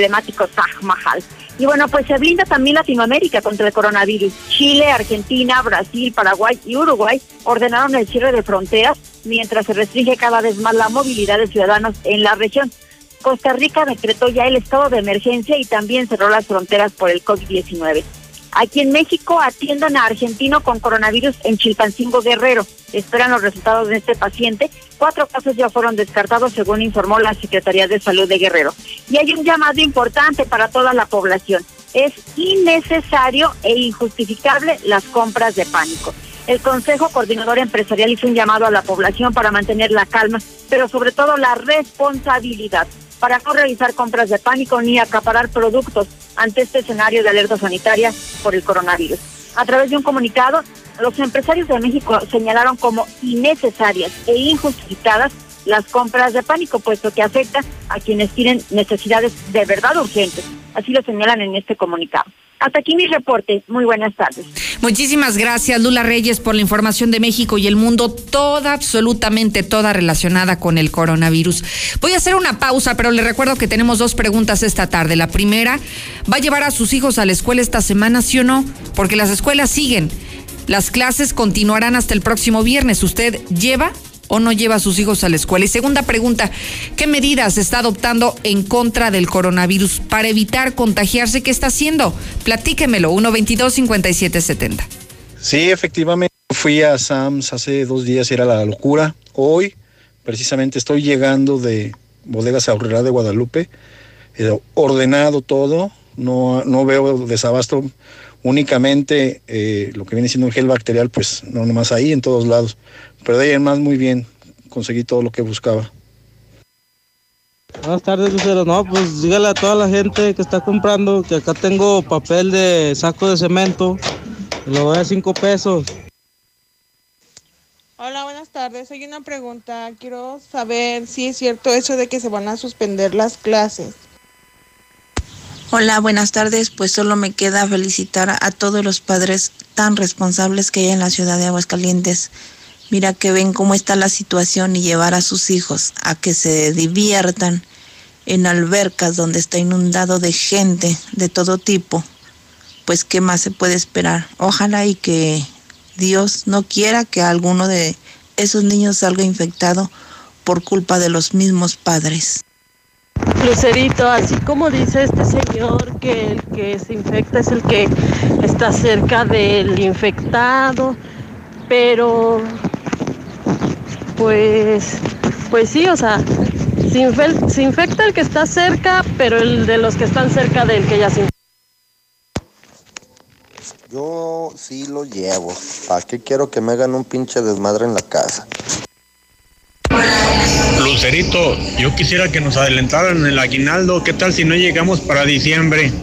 Taj Mahal. Y bueno, pues se blinda también Latinoamérica contra el coronavirus. Chile, Argentina, Brasil, Paraguay y Uruguay ordenaron el cierre de fronteras mientras se restringe cada vez más la movilidad de ciudadanos en la región. Costa Rica decretó ya el estado de emergencia y también cerró las fronteras por el COVID-19. Aquí en México atiendan a argentino con coronavirus en Chilpancingo, Guerrero. Esperan los resultados de este paciente. 4 casos ya fueron descartados, según informó la Secretaría de Salud de Guerrero. Y hay un llamado importante para toda la población. Es innecesario e injustificable las compras de pánico. El Consejo Coordinador Empresarial hizo un llamado a la población para mantener la calma, pero sobre todo la responsabilidad, para no realizar compras de pánico ni acaparar productos ante este escenario de alerta sanitaria por el coronavirus. A través de un comunicado, los empresarios de México señalaron como innecesarias e injustificadas las compras de pánico, puesto que afecta a quienes tienen necesidades de verdad urgentes. Así lo señalan en este comunicado. Hasta aquí mi reporte. Muy buenas tardes. Muchísimas gracias, Lula Reyes, por la información de México y el mundo, absolutamente toda relacionada con el coronavirus. Voy a hacer una pausa, pero le recuerdo que tenemos 2 preguntas esta tarde. La primera, ¿va a llevar a sus hijos a la escuela esta semana, sí o no? Porque las escuelas siguen. Las clases continuarán hasta el próximo viernes. ¿Usted lleva o no lleva a sus hijos a la escuela? Y segunda pregunta, ¿qué medidas está adoptando en contra del coronavirus para evitar contagiarse? ¿Qué está haciendo? Platíquemelo, 122-5770. Sí, efectivamente, fui a Sam's hace 2 días y era la locura. Hoy, precisamente, estoy llegando de Bodegas Aurrerá de Guadalupe, ordenado todo, no veo desabasto, únicamente lo que viene siendo un gel bacterial, pues no nomás ahí, en todos lados. Pero de ahí en más, muy bien, conseguí todo lo que buscaba. Buenas tardes, Lucero. No, pues dígale a toda la gente que está comprando que acá tengo papel de saco de cemento, lo doy a 5 pesos. Hola, buenas tardes. Hay una pregunta. Quiero saber si es cierto eso de que se van a suspender las clases. Hola, buenas tardes. Pues solo me queda felicitar a todos los padres tan responsables que hay en la ciudad de Aguascalientes. Mira que ven cómo está la situación y llevar a sus hijos a que se diviertan en albercas donde está inundado de gente de todo tipo. Pues qué más se puede esperar. Ojalá y que Dios no quiera que alguno de esos niños salga infectado por culpa de los mismos padres. Lucerito, así como dice este señor que el que se infecta es el que está cerca del infectado, pero pues sí, o sea, se infecta el que está cerca, pero el de los que están cerca del que ya se infecta. Yo sí lo llevo. ¿Para qué quiero que me hagan un pinche desmadre en la casa? Lucerito, yo quisiera que nos adelantaran el aguinaldo. ¿Qué tal si no llegamos para diciembre?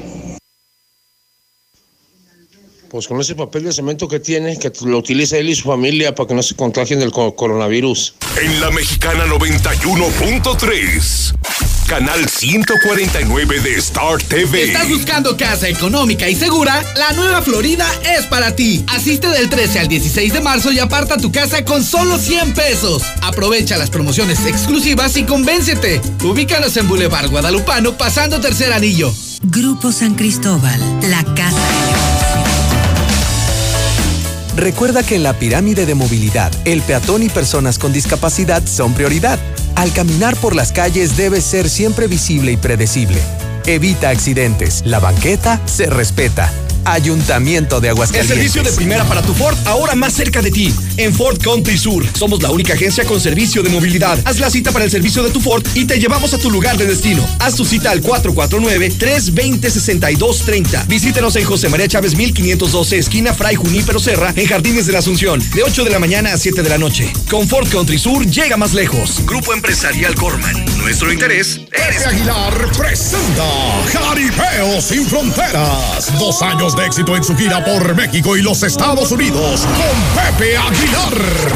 Pues con ese papel de cemento que tiene, que lo utilice él y su familia para que no se contagien del coronavirus. En la Mexicana 91.3, canal 149 de Star TV. ¿Estás buscando casa económica y segura? La Nueva Florida es para ti. Asiste del 13 al 16 de marzo y aparta tu casa con solo 100 pesos. Aprovecha las promociones exclusivas y convéncete. Ubícanos en Boulevard Guadalupano, pasando Tercer Anillo. Grupo San Cristóbal, la casa de... Recuerda que en la pirámide de movilidad, el peatón y personas con discapacidad son prioridad. Al caminar por las calles debe ser siempre visible y predecible. Evita accidentes. La banqueta se respeta. Ayuntamiento de Aguascalientes. El servicio de primera para tu Ford, ahora más cerca de ti. En Ford Country Sur, somos la única agencia con servicio de movilidad. Haz la cita para el servicio de tu Ford y te llevamos a tu lugar de destino. Haz tu cita al 449-320-6230. Visítanos en José María Chávez 1512, esquina Fray Junípero Serra, en Jardines de la Asunción, de 8 de la mañana a 7 de la noche. Con Ford Country Sur, llega más lejos. Grupo Empresarial Corman. Nuestro interés es... Aguilar presenta Jaripeo sin Fronteras. 2 años de éxito en su gira por México y los Estados Unidos con Pepe Aguilar.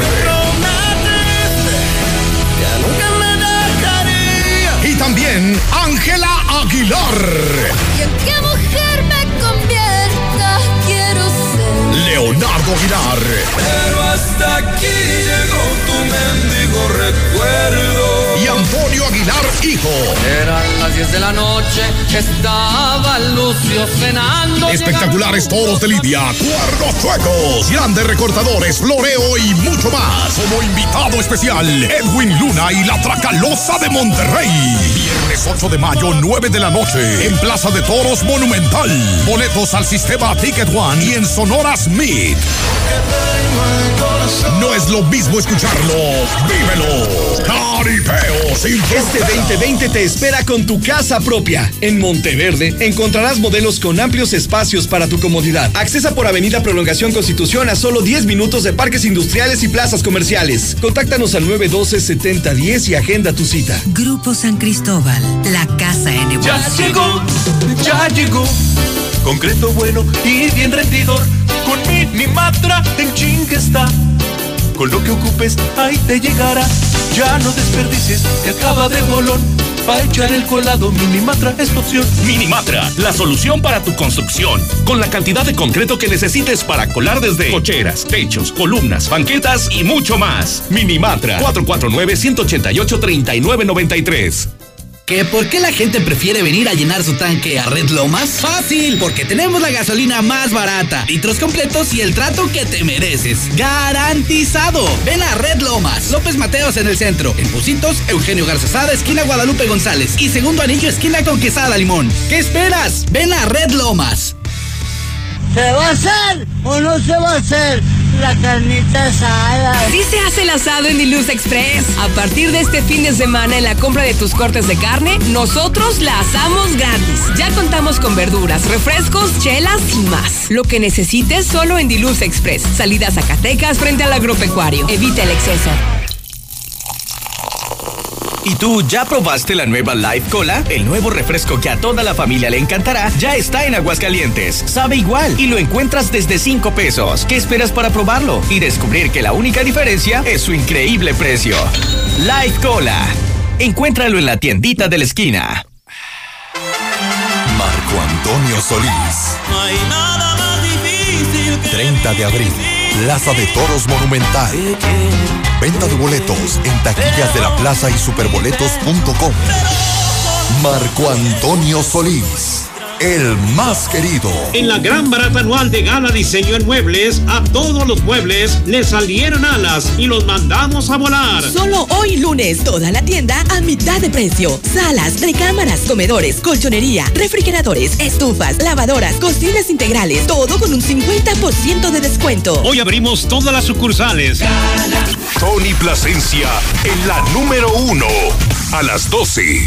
Y también Ángela Aguilar. ¿Y en qué mujer me convierta? Quiero ser Leonardo Aguilar. Pero hasta aquí llegó tu mendigo recuerdo. Y Antonio Aguilar, hijo. Eran las 10 de la noche, estaba Lucio cenando. Espectaculares toros de lidia, cuernos chuecos, grandes recortadores, floreo y mucho más. Como invitado especial, Edwin Luna y la Tracalosa de Monterrey. Viernes 8 de mayo, 9 de la noche, en Plaza de Toros Monumental. Boletos al sistema Ticket One y en Sonora Smith. No es lo mismo escucharlo, vívelo. Jaripeo sin Fronteras. Este 2020 te espera con tu casa propia. En Monteverde encontrarás modelos con amplios espacios para tu comodidad. Accesa por Avenida Prolongación Constitución a solo 10 minutos de parques industriales y plazas comerciales. Contáctanos al 912-7010 y agenda tu cita. Grupo San Cristóbal, la casa en evolución. Ya llegó. Concreto bueno y bien rendidor. Con Minimatra en chingue está. Con lo que ocupes, ahí te llegará. Ya no desperdicies, te acaba de bolón. Para echar el colado, Minimatra es tu opción. Minimatra, la solución para tu construcción. Con la cantidad de concreto que necesites para colar desde cocheras, techos, columnas, banquetas y mucho más. Minimatra, 449-188-3993. ¿Que por qué la gente prefiere venir a llenar su tanque a Red Lomas? ¡Fácil! Porque tenemos la gasolina más barata, litros completos y el trato que te mereces. ¡Garantizado! Ven a Red Lomas, López Mateos en el centro. En Pocitos, Eugenio Garza Sada, esquina Guadalupe González. Y Segundo Anillo, esquina con Quesada Limón. ¿Qué esperas? Ven a Red Lomas. ¿Se va a hacer o no se va a hacer la carnita asada? Sí se hace el asado en Deluxe Express. A partir de este fin de semana, en la compra de tus cortes de carne, nosotros la asamos gratis. Ya contamos con verduras, refrescos, chelas y más. Lo que necesites solo en Deluxe Express. Salida a Zacatecas frente al agropecuario. Evita el exceso. ¿Y tú ya probaste la nueva Life Cola? El nuevo refresco que a toda la familia le encantará ya está en Aguascalientes. Sabe igual y lo encuentras desde 5 pesos. ¿Qué esperas para probarlo? Y descubrir que la única diferencia es su increíble precio. Life Cola. Encuéntralo en la tiendita de la esquina. Marco Antonio Solís. No hay nada más difícil que 30 de abril, Plaza de Toros Monumental. Venta de boletos en taquillas de la plaza y superboletos.com. Marco Antonio Solís, el más querido. En la gran barata anual de Gala Diseño en Muebles, a todos los muebles les salieron alas y los mandamos a volar. Solo hoy lunes, toda la tienda a mitad de precio. Salas, recámaras, comedores, colchonería, refrigeradores, estufas, lavadoras, cocinas integrales, todo con un 50% de descuento. Hoy abrimos todas las sucursales. Tony Plasencia en la número 1 a las 12.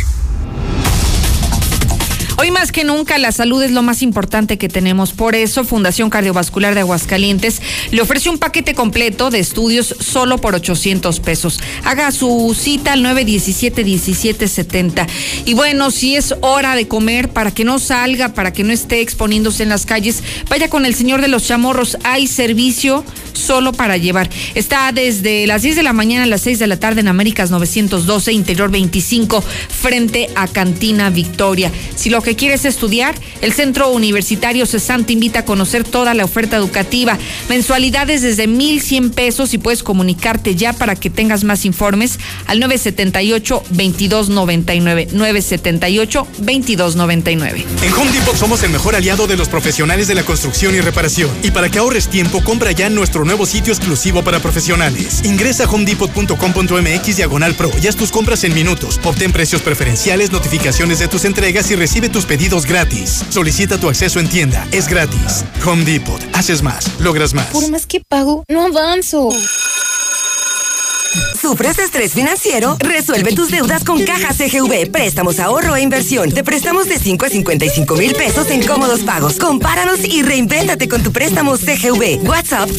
Hoy más que nunca la salud es lo más importante que tenemos. Por eso Fundación Cardiovascular de Aguascalientes le ofrece un paquete completo de estudios solo por 800 pesos. Haga su cita al 917-1770. Y bueno, si es hora de comer, para que no salga, para que no esté exponiéndose en las calles, vaya con el señor de los chamorros. Hay servicio solo para llevar. Está desde las 10 de la mañana a las 6 de la tarde en Américas 912, Interior 25, frente a Cantina Victoria. Si lo que quieres estudiar, el Centro Universitario CESAM te invita a conocer toda la oferta educativa. Mensualidades desde 1,100 pesos y puedes comunicarte ya para que tengas más informes al 978-2299. 978-2299. En Home Depot somos el mejor aliado de los profesionales de la construcción y reparación. Y para que ahorres tiempo, compra ya en nuestro nuevo sitio exclusivo para profesionales. Ingresa a homedepot.com.mx/pro y haz tus compras en minutos. Obtén precios preferenciales, notificaciones de tus entregas y recibe tus pedidos gratis. Solicita tu acceso en tienda. Es gratis. Home Depot. Haces más. Logras más. Por más que pago, no avanzo. ¿Sufres de estrés financiero? Resuelve tus deudas con Caja CGV. Préstamos, ahorro e inversión. Te prestamos de 5 a 55 mil pesos en cómodos pagos. Compáranos y reinvéntate con tu préstamo CGV. WhatsApp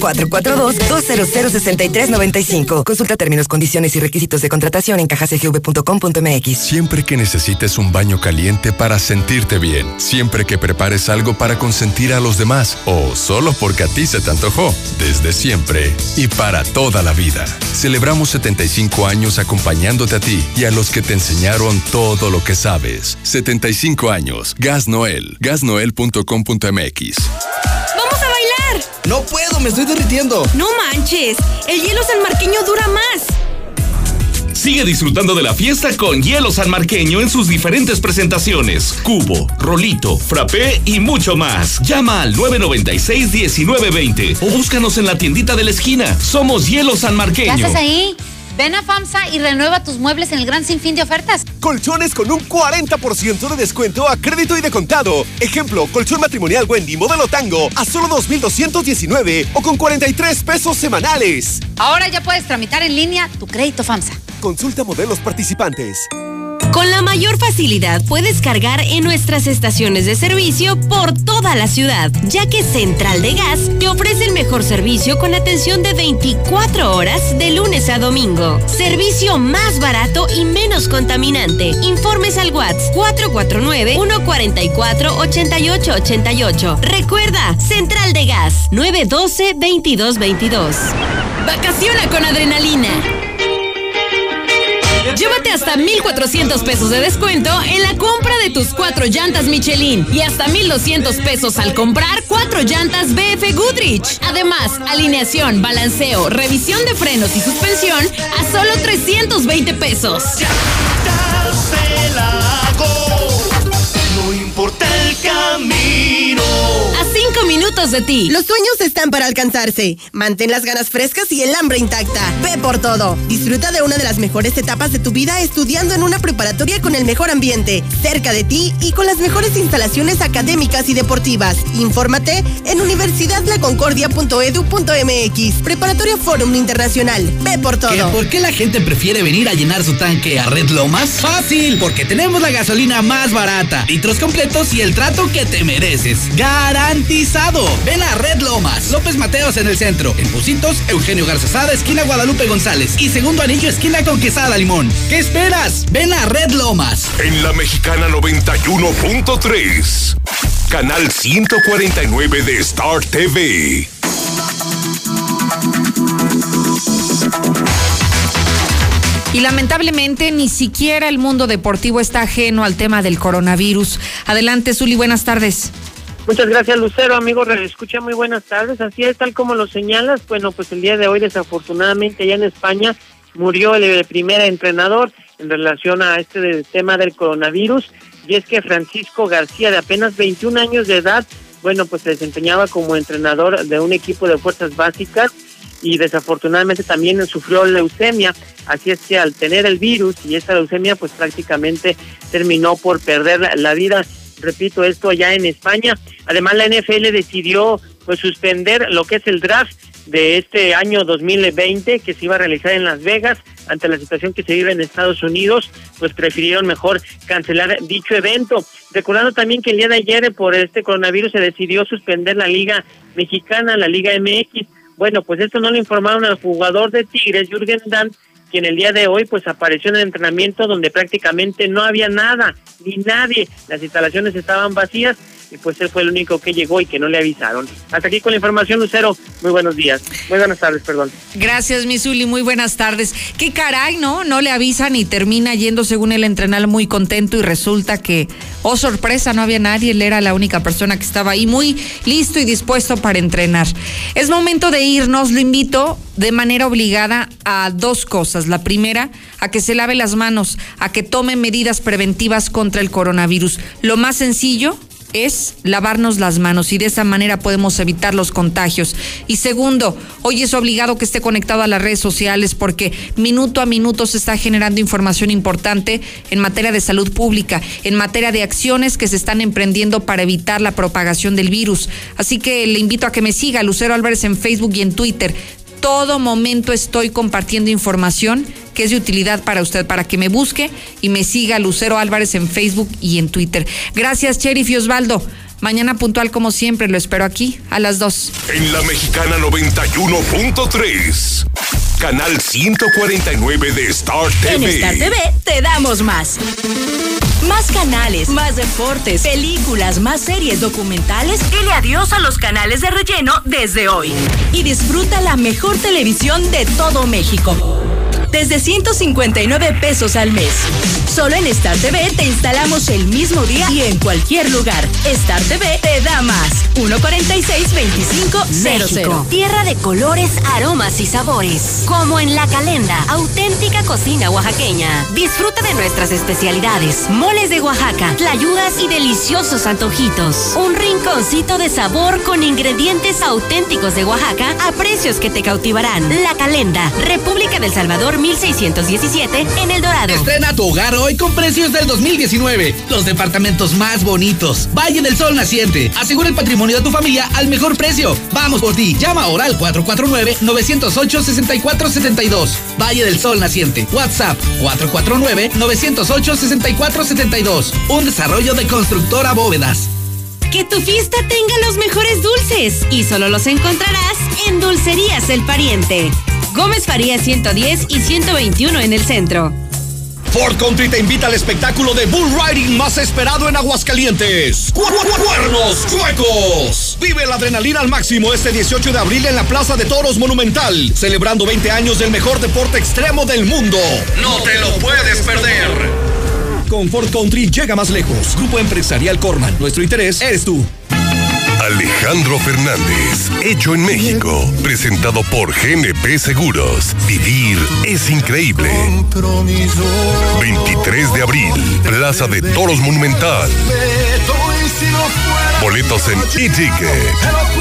442-200-6395. Consulta términos, condiciones y requisitos de contratación en cajacgv.com.mx. Siempre que necesites un baño caliente para sentirte bien. Siempre que prepares algo para consentir a los demás. O solo porque a ti se te antojó. Desde siempre y para toda la vida. Celebramos 75 años acompañándote a ti y a los que te enseñaron todo lo que sabes. 75 años. Gas Noel. Gasnoel.com.mx. ¡Vamos a bailar! No puedo, me estoy derritiendo. No manches, el hielo sanmarqueño dura más. Sigue disfrutando de la fiesta con Hielo Sanmarqueño en sus diferentes presentaciones. Cubo, rolito, frappé y mucho más. Llama al 996-1920 o búscanos en la tiendita de la esquina. Somos Hielo Sanmarqueño. ¿Qué haces ahí? Ven a FAMSA y renueva tus muebles en el gran sinfín de ofertas. Colchones con un 40% de descuento a crédito y de contado. Ejemplo, colchón matrimonial Wendy modelo Tango a solo 2,219 o con 43 pesos semanales. Ahora ya puedes tramitar en línea tu crédito FAMSA. Consulta modelos participantes. Con la mayor facilidad puedes cargar en nuestras estaciones de servicio por toda la ciudad, ya que Central de Gas te ofrece el mejor servicio con atención de 24 horas de lunes a domingo. Servicio más barato y menos contaminante. Informes al WhatsApp 449-144-8888. Recuerda, Central de Gas 912-2222. Vacaciona con adrenalina. Llévate hasta 1,400 pesos de descuento en la compra de tus 4 llantas Michelin y hasta 1,200 pesos al comprar 4 llantas BF Goodrich. Además, alineación, balanceo, revisión de frenos y suspensión a solo 320 pesos. Llantas No importa el camino. A 5 minutos de ti. Los sueños están para alcanzarse. Mantén las ganas frescas y el hambre intacta. Ve por todo. Disfruta de una de las mejores etapas de tu vida estudiando en una preparatoria con el mejor ambiente, cerca de ti y con las mejores instalaciones académicas y deportivas. Infórmate en universidadlaconcordia.edu.mx. Preparatoria Fórum Internacional. Ve por todo. ¿Por qué la gente prefiere venir a llenar su tanque a Red Lomas? Fácil, porque tenemos la gasolina más barata, litros completos y el trato que te mereces. ¡Garantizado! Ven a Red Lomas, López Mateos en el centro. En Pusitos, Eugenio Garza Sada, esquina Guadalupe González. Y Segundo Anillo, esquina con Quesada Limón. ¿Qué esperas? Ven a Red Lomas. En la Mexicana 91.3. Canal 149 de Star TV. Y lamentablemente ni siquiera el mundo deportivo está ajeno al tema del coronavirus. Adelante, Zuli, buenas tardes. Muchas gracias, Lucero. Amigo escucha, muy buenas tardes. Así es, tal como lo señalas, bueno, pues el día de hoy desafortunadamente allá en España murió el primer entrenador en relación a este tema del coronavirus, y es que Francisco García, de apenas 21 años de edad, bueno, pues se desempeñaba como entrenador de un equipo de fuerzas básicas y desafortunadamente también sufrió leucemia, así es que al tener el virus y esa leucemia pues prácticamente terminó por perder la vida. Repito, esto allá en España. Además la NFL decidió pues suspender lo que es el draft de este año 2020 que se iba a realizar en Las Vegas. Ante la situación que se vive en Estados Unidos, pues prefirieron mejor cancelar dicho evento. Recordando también que el día de ayer por este coronavirus se decidió suspender la Liga Mexicana, la Liga MX. Bueno, pues esto no lo informaron al jugador de Tigres, Jürgen Damm, quien el día de hoy pues apareció en el entrenamiento donde prácticamente no había nada, ni nadie. Las instalaciones estaban vacías y pues él fue el único que llegó y que no le avisaron. Hasta aquí con la información, Lucero. Muy buenos días. Muy buenas tardes, perdón. Gracias, Misuli. Muy buenas tardes. Qué caray, ¿no? No le avisan y termina yendo según él entrenar muy contento y resulta que, oh sorpresa, no había nadie. Él era la única persona que estaba ahí muy listo y dispuesto para entrenar. Es momento de irnos. Lo invito de manera obligada a dos cosas. La primera, a que se lave las manos, a que tome medidas preventivas contra el coronavirus. Lo más sencillo es lavarnos las manos y de esa manera podemos evitar los contagios. Y segundo, hoy es obligado que esté conectado a las redes sociales porque minuto a minuto se está generando información importante en materia de salud pública, en materia de acciones que se están emprendiendo para evitar la propagación del virus. Así que le invito a que me siga, Lucero Álvarez, en Facebook y en Twitter. Todo momento estoy compartiendo información que es de utilidad para usted, para que me busque y me siga, Lucero Álvarez, en Facebook y en Twitter. Gracias, Sheriff y Osvaldo. Mañana puntual como siempre, lo espero aquí a las 2. En la Mexicana 91.3. Canal 149 de Star TV. En Star TV te damos más. Más canales, más deportes, películas, más series, documentales. Dile adiós a los canales de relleno desde hoy. Y disfruta la mejor televisión de todo México. Desde 159 pesos al mes. Solo en Star TV te instalamos el mismo día y en cualquier lugar. Star TV te da más. 146-2500. México, tierra de colores, aromas y sabores. Como en La Calenda, auténtica cocina oaxaqueña. Disfruta de nuestras especialidades, moles de Oaxaca, tlayudas y deliciosos antojitos. Un rinconcito de sabor con ingredientes auténticos de Oaxaca a precios que te cautivarán. La Calenda, República del Salvador 1617 en El Dorado. Estrena tu hogar hoy con precios del 2019. Los departamentos más bonitos. Valle del Sol Naciente. Asegura el patrimonio de tu familia al mejor precio. Vamos por ti. Llama ahora al 449-908-6472. Valle del Sol Naciente. WhatsApp 449-908-6472. Un desarrollo de Constructora Bóvedas. Que tu fiesta tenga los mejores dulces y solo los encontrarás en Dulcerías El Pariente. Gómez Farías 110 y 121 en el centro. Ford Country te invita al espectáculo de bull riding más esperado en Aguascalientes. ¡Cuernos Chuecos! Vive la adrenalina al máximo este 18 de abril en la Plaza de Toros Monumental, celebrando 20 años del mejor deporte extremo del mundo. ¡No te lo puedes perder! Con Ford Country llega más lejos. Grupo Empresarial Corman. Nuestro interés eres tú. Alejandro Fernández, hecho en México, presentado por GNP Seguros. Vivir es increíble. 23 de abril, Plaza de Toros Monumental. Boletos en eTicket.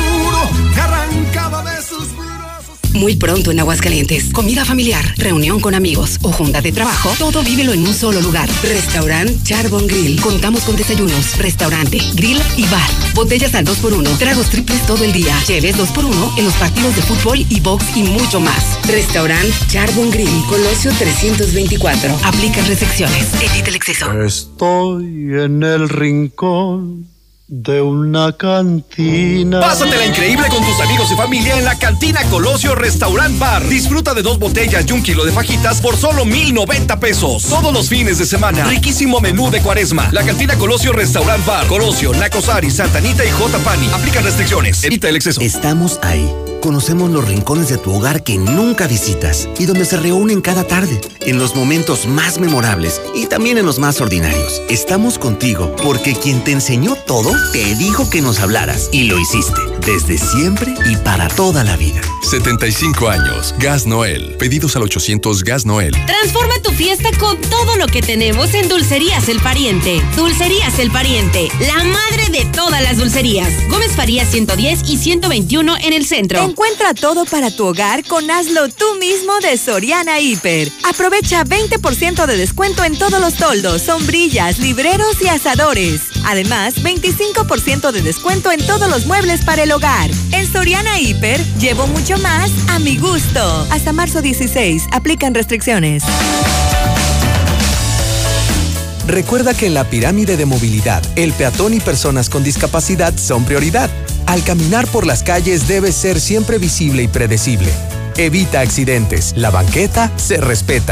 Muy pronto en Aguascalientes. Comida familiar, reunión con amigos o junta de trabajo. Todo vívelo en un solo lugar. Restaurant Charbon Grill. Contamos con desayunos, restaurante, grill y bar. Botellas al 2x1. Tragos triples todo el día. Lleves 2x1 en los partidos de fútbol y box y mucho más. Restaurant Charbon Grill. Colosio 324. Aplica restricciones. Evita el exceso. Estoy en el rincón de una cantina. Pásatela increíble con tus amigos y familia en la Cantina Colosio Restaurant Bar. Disfruta de 2 botellas y 1 kilo de fajitas por solo 1,090 pesos. Todos los fines de semana. Riquísimo menú de Cuaresma. La Cantina Colosio Restaurant Bar. Colosio, Nacosari, Santa Anita y J. Pani. Aplican restricciones. Evita el exceso. Estamos ahí. Conocemos los rincones de tu hogar que nunca visitas y donde se reúnen cada tarde, en los momentos más memorables y también en los más ordinarios. Estamos contigo porque quien te enseñó todo te dijo que nos hablaras y lo hiciste. Desde siempre y para toda la vida. 75 años. Gas Noel. Pedidos al 800 Gas Noel. Transforma tu fiesta con todo lo que tenemos en Dulcerías El Pariente. Dulcerías El Pariente, la madre de todas las dulcerías. Gómez Farías 110 y 121 en el centro. Encuentra todo para tu hogar con Hazlo Tú Mismo de Soriana Hiper. Aprovecha 20% de descuento en todos los toldos, sombrillas, libreros y asadores. Además, 25% de descuento en todos los muebles para el hogar. En Soriana Hiper, llevo mucho más a mi gusto. Hasta marzo 16, aplican restricciones. Recuerda que en la pirámide de movilidad, el peatón y personas con discapacidad son prioridad. Al caminar por las calles debe ser siempre visible y predecible. Evita accidentes. La banqueta se respeta.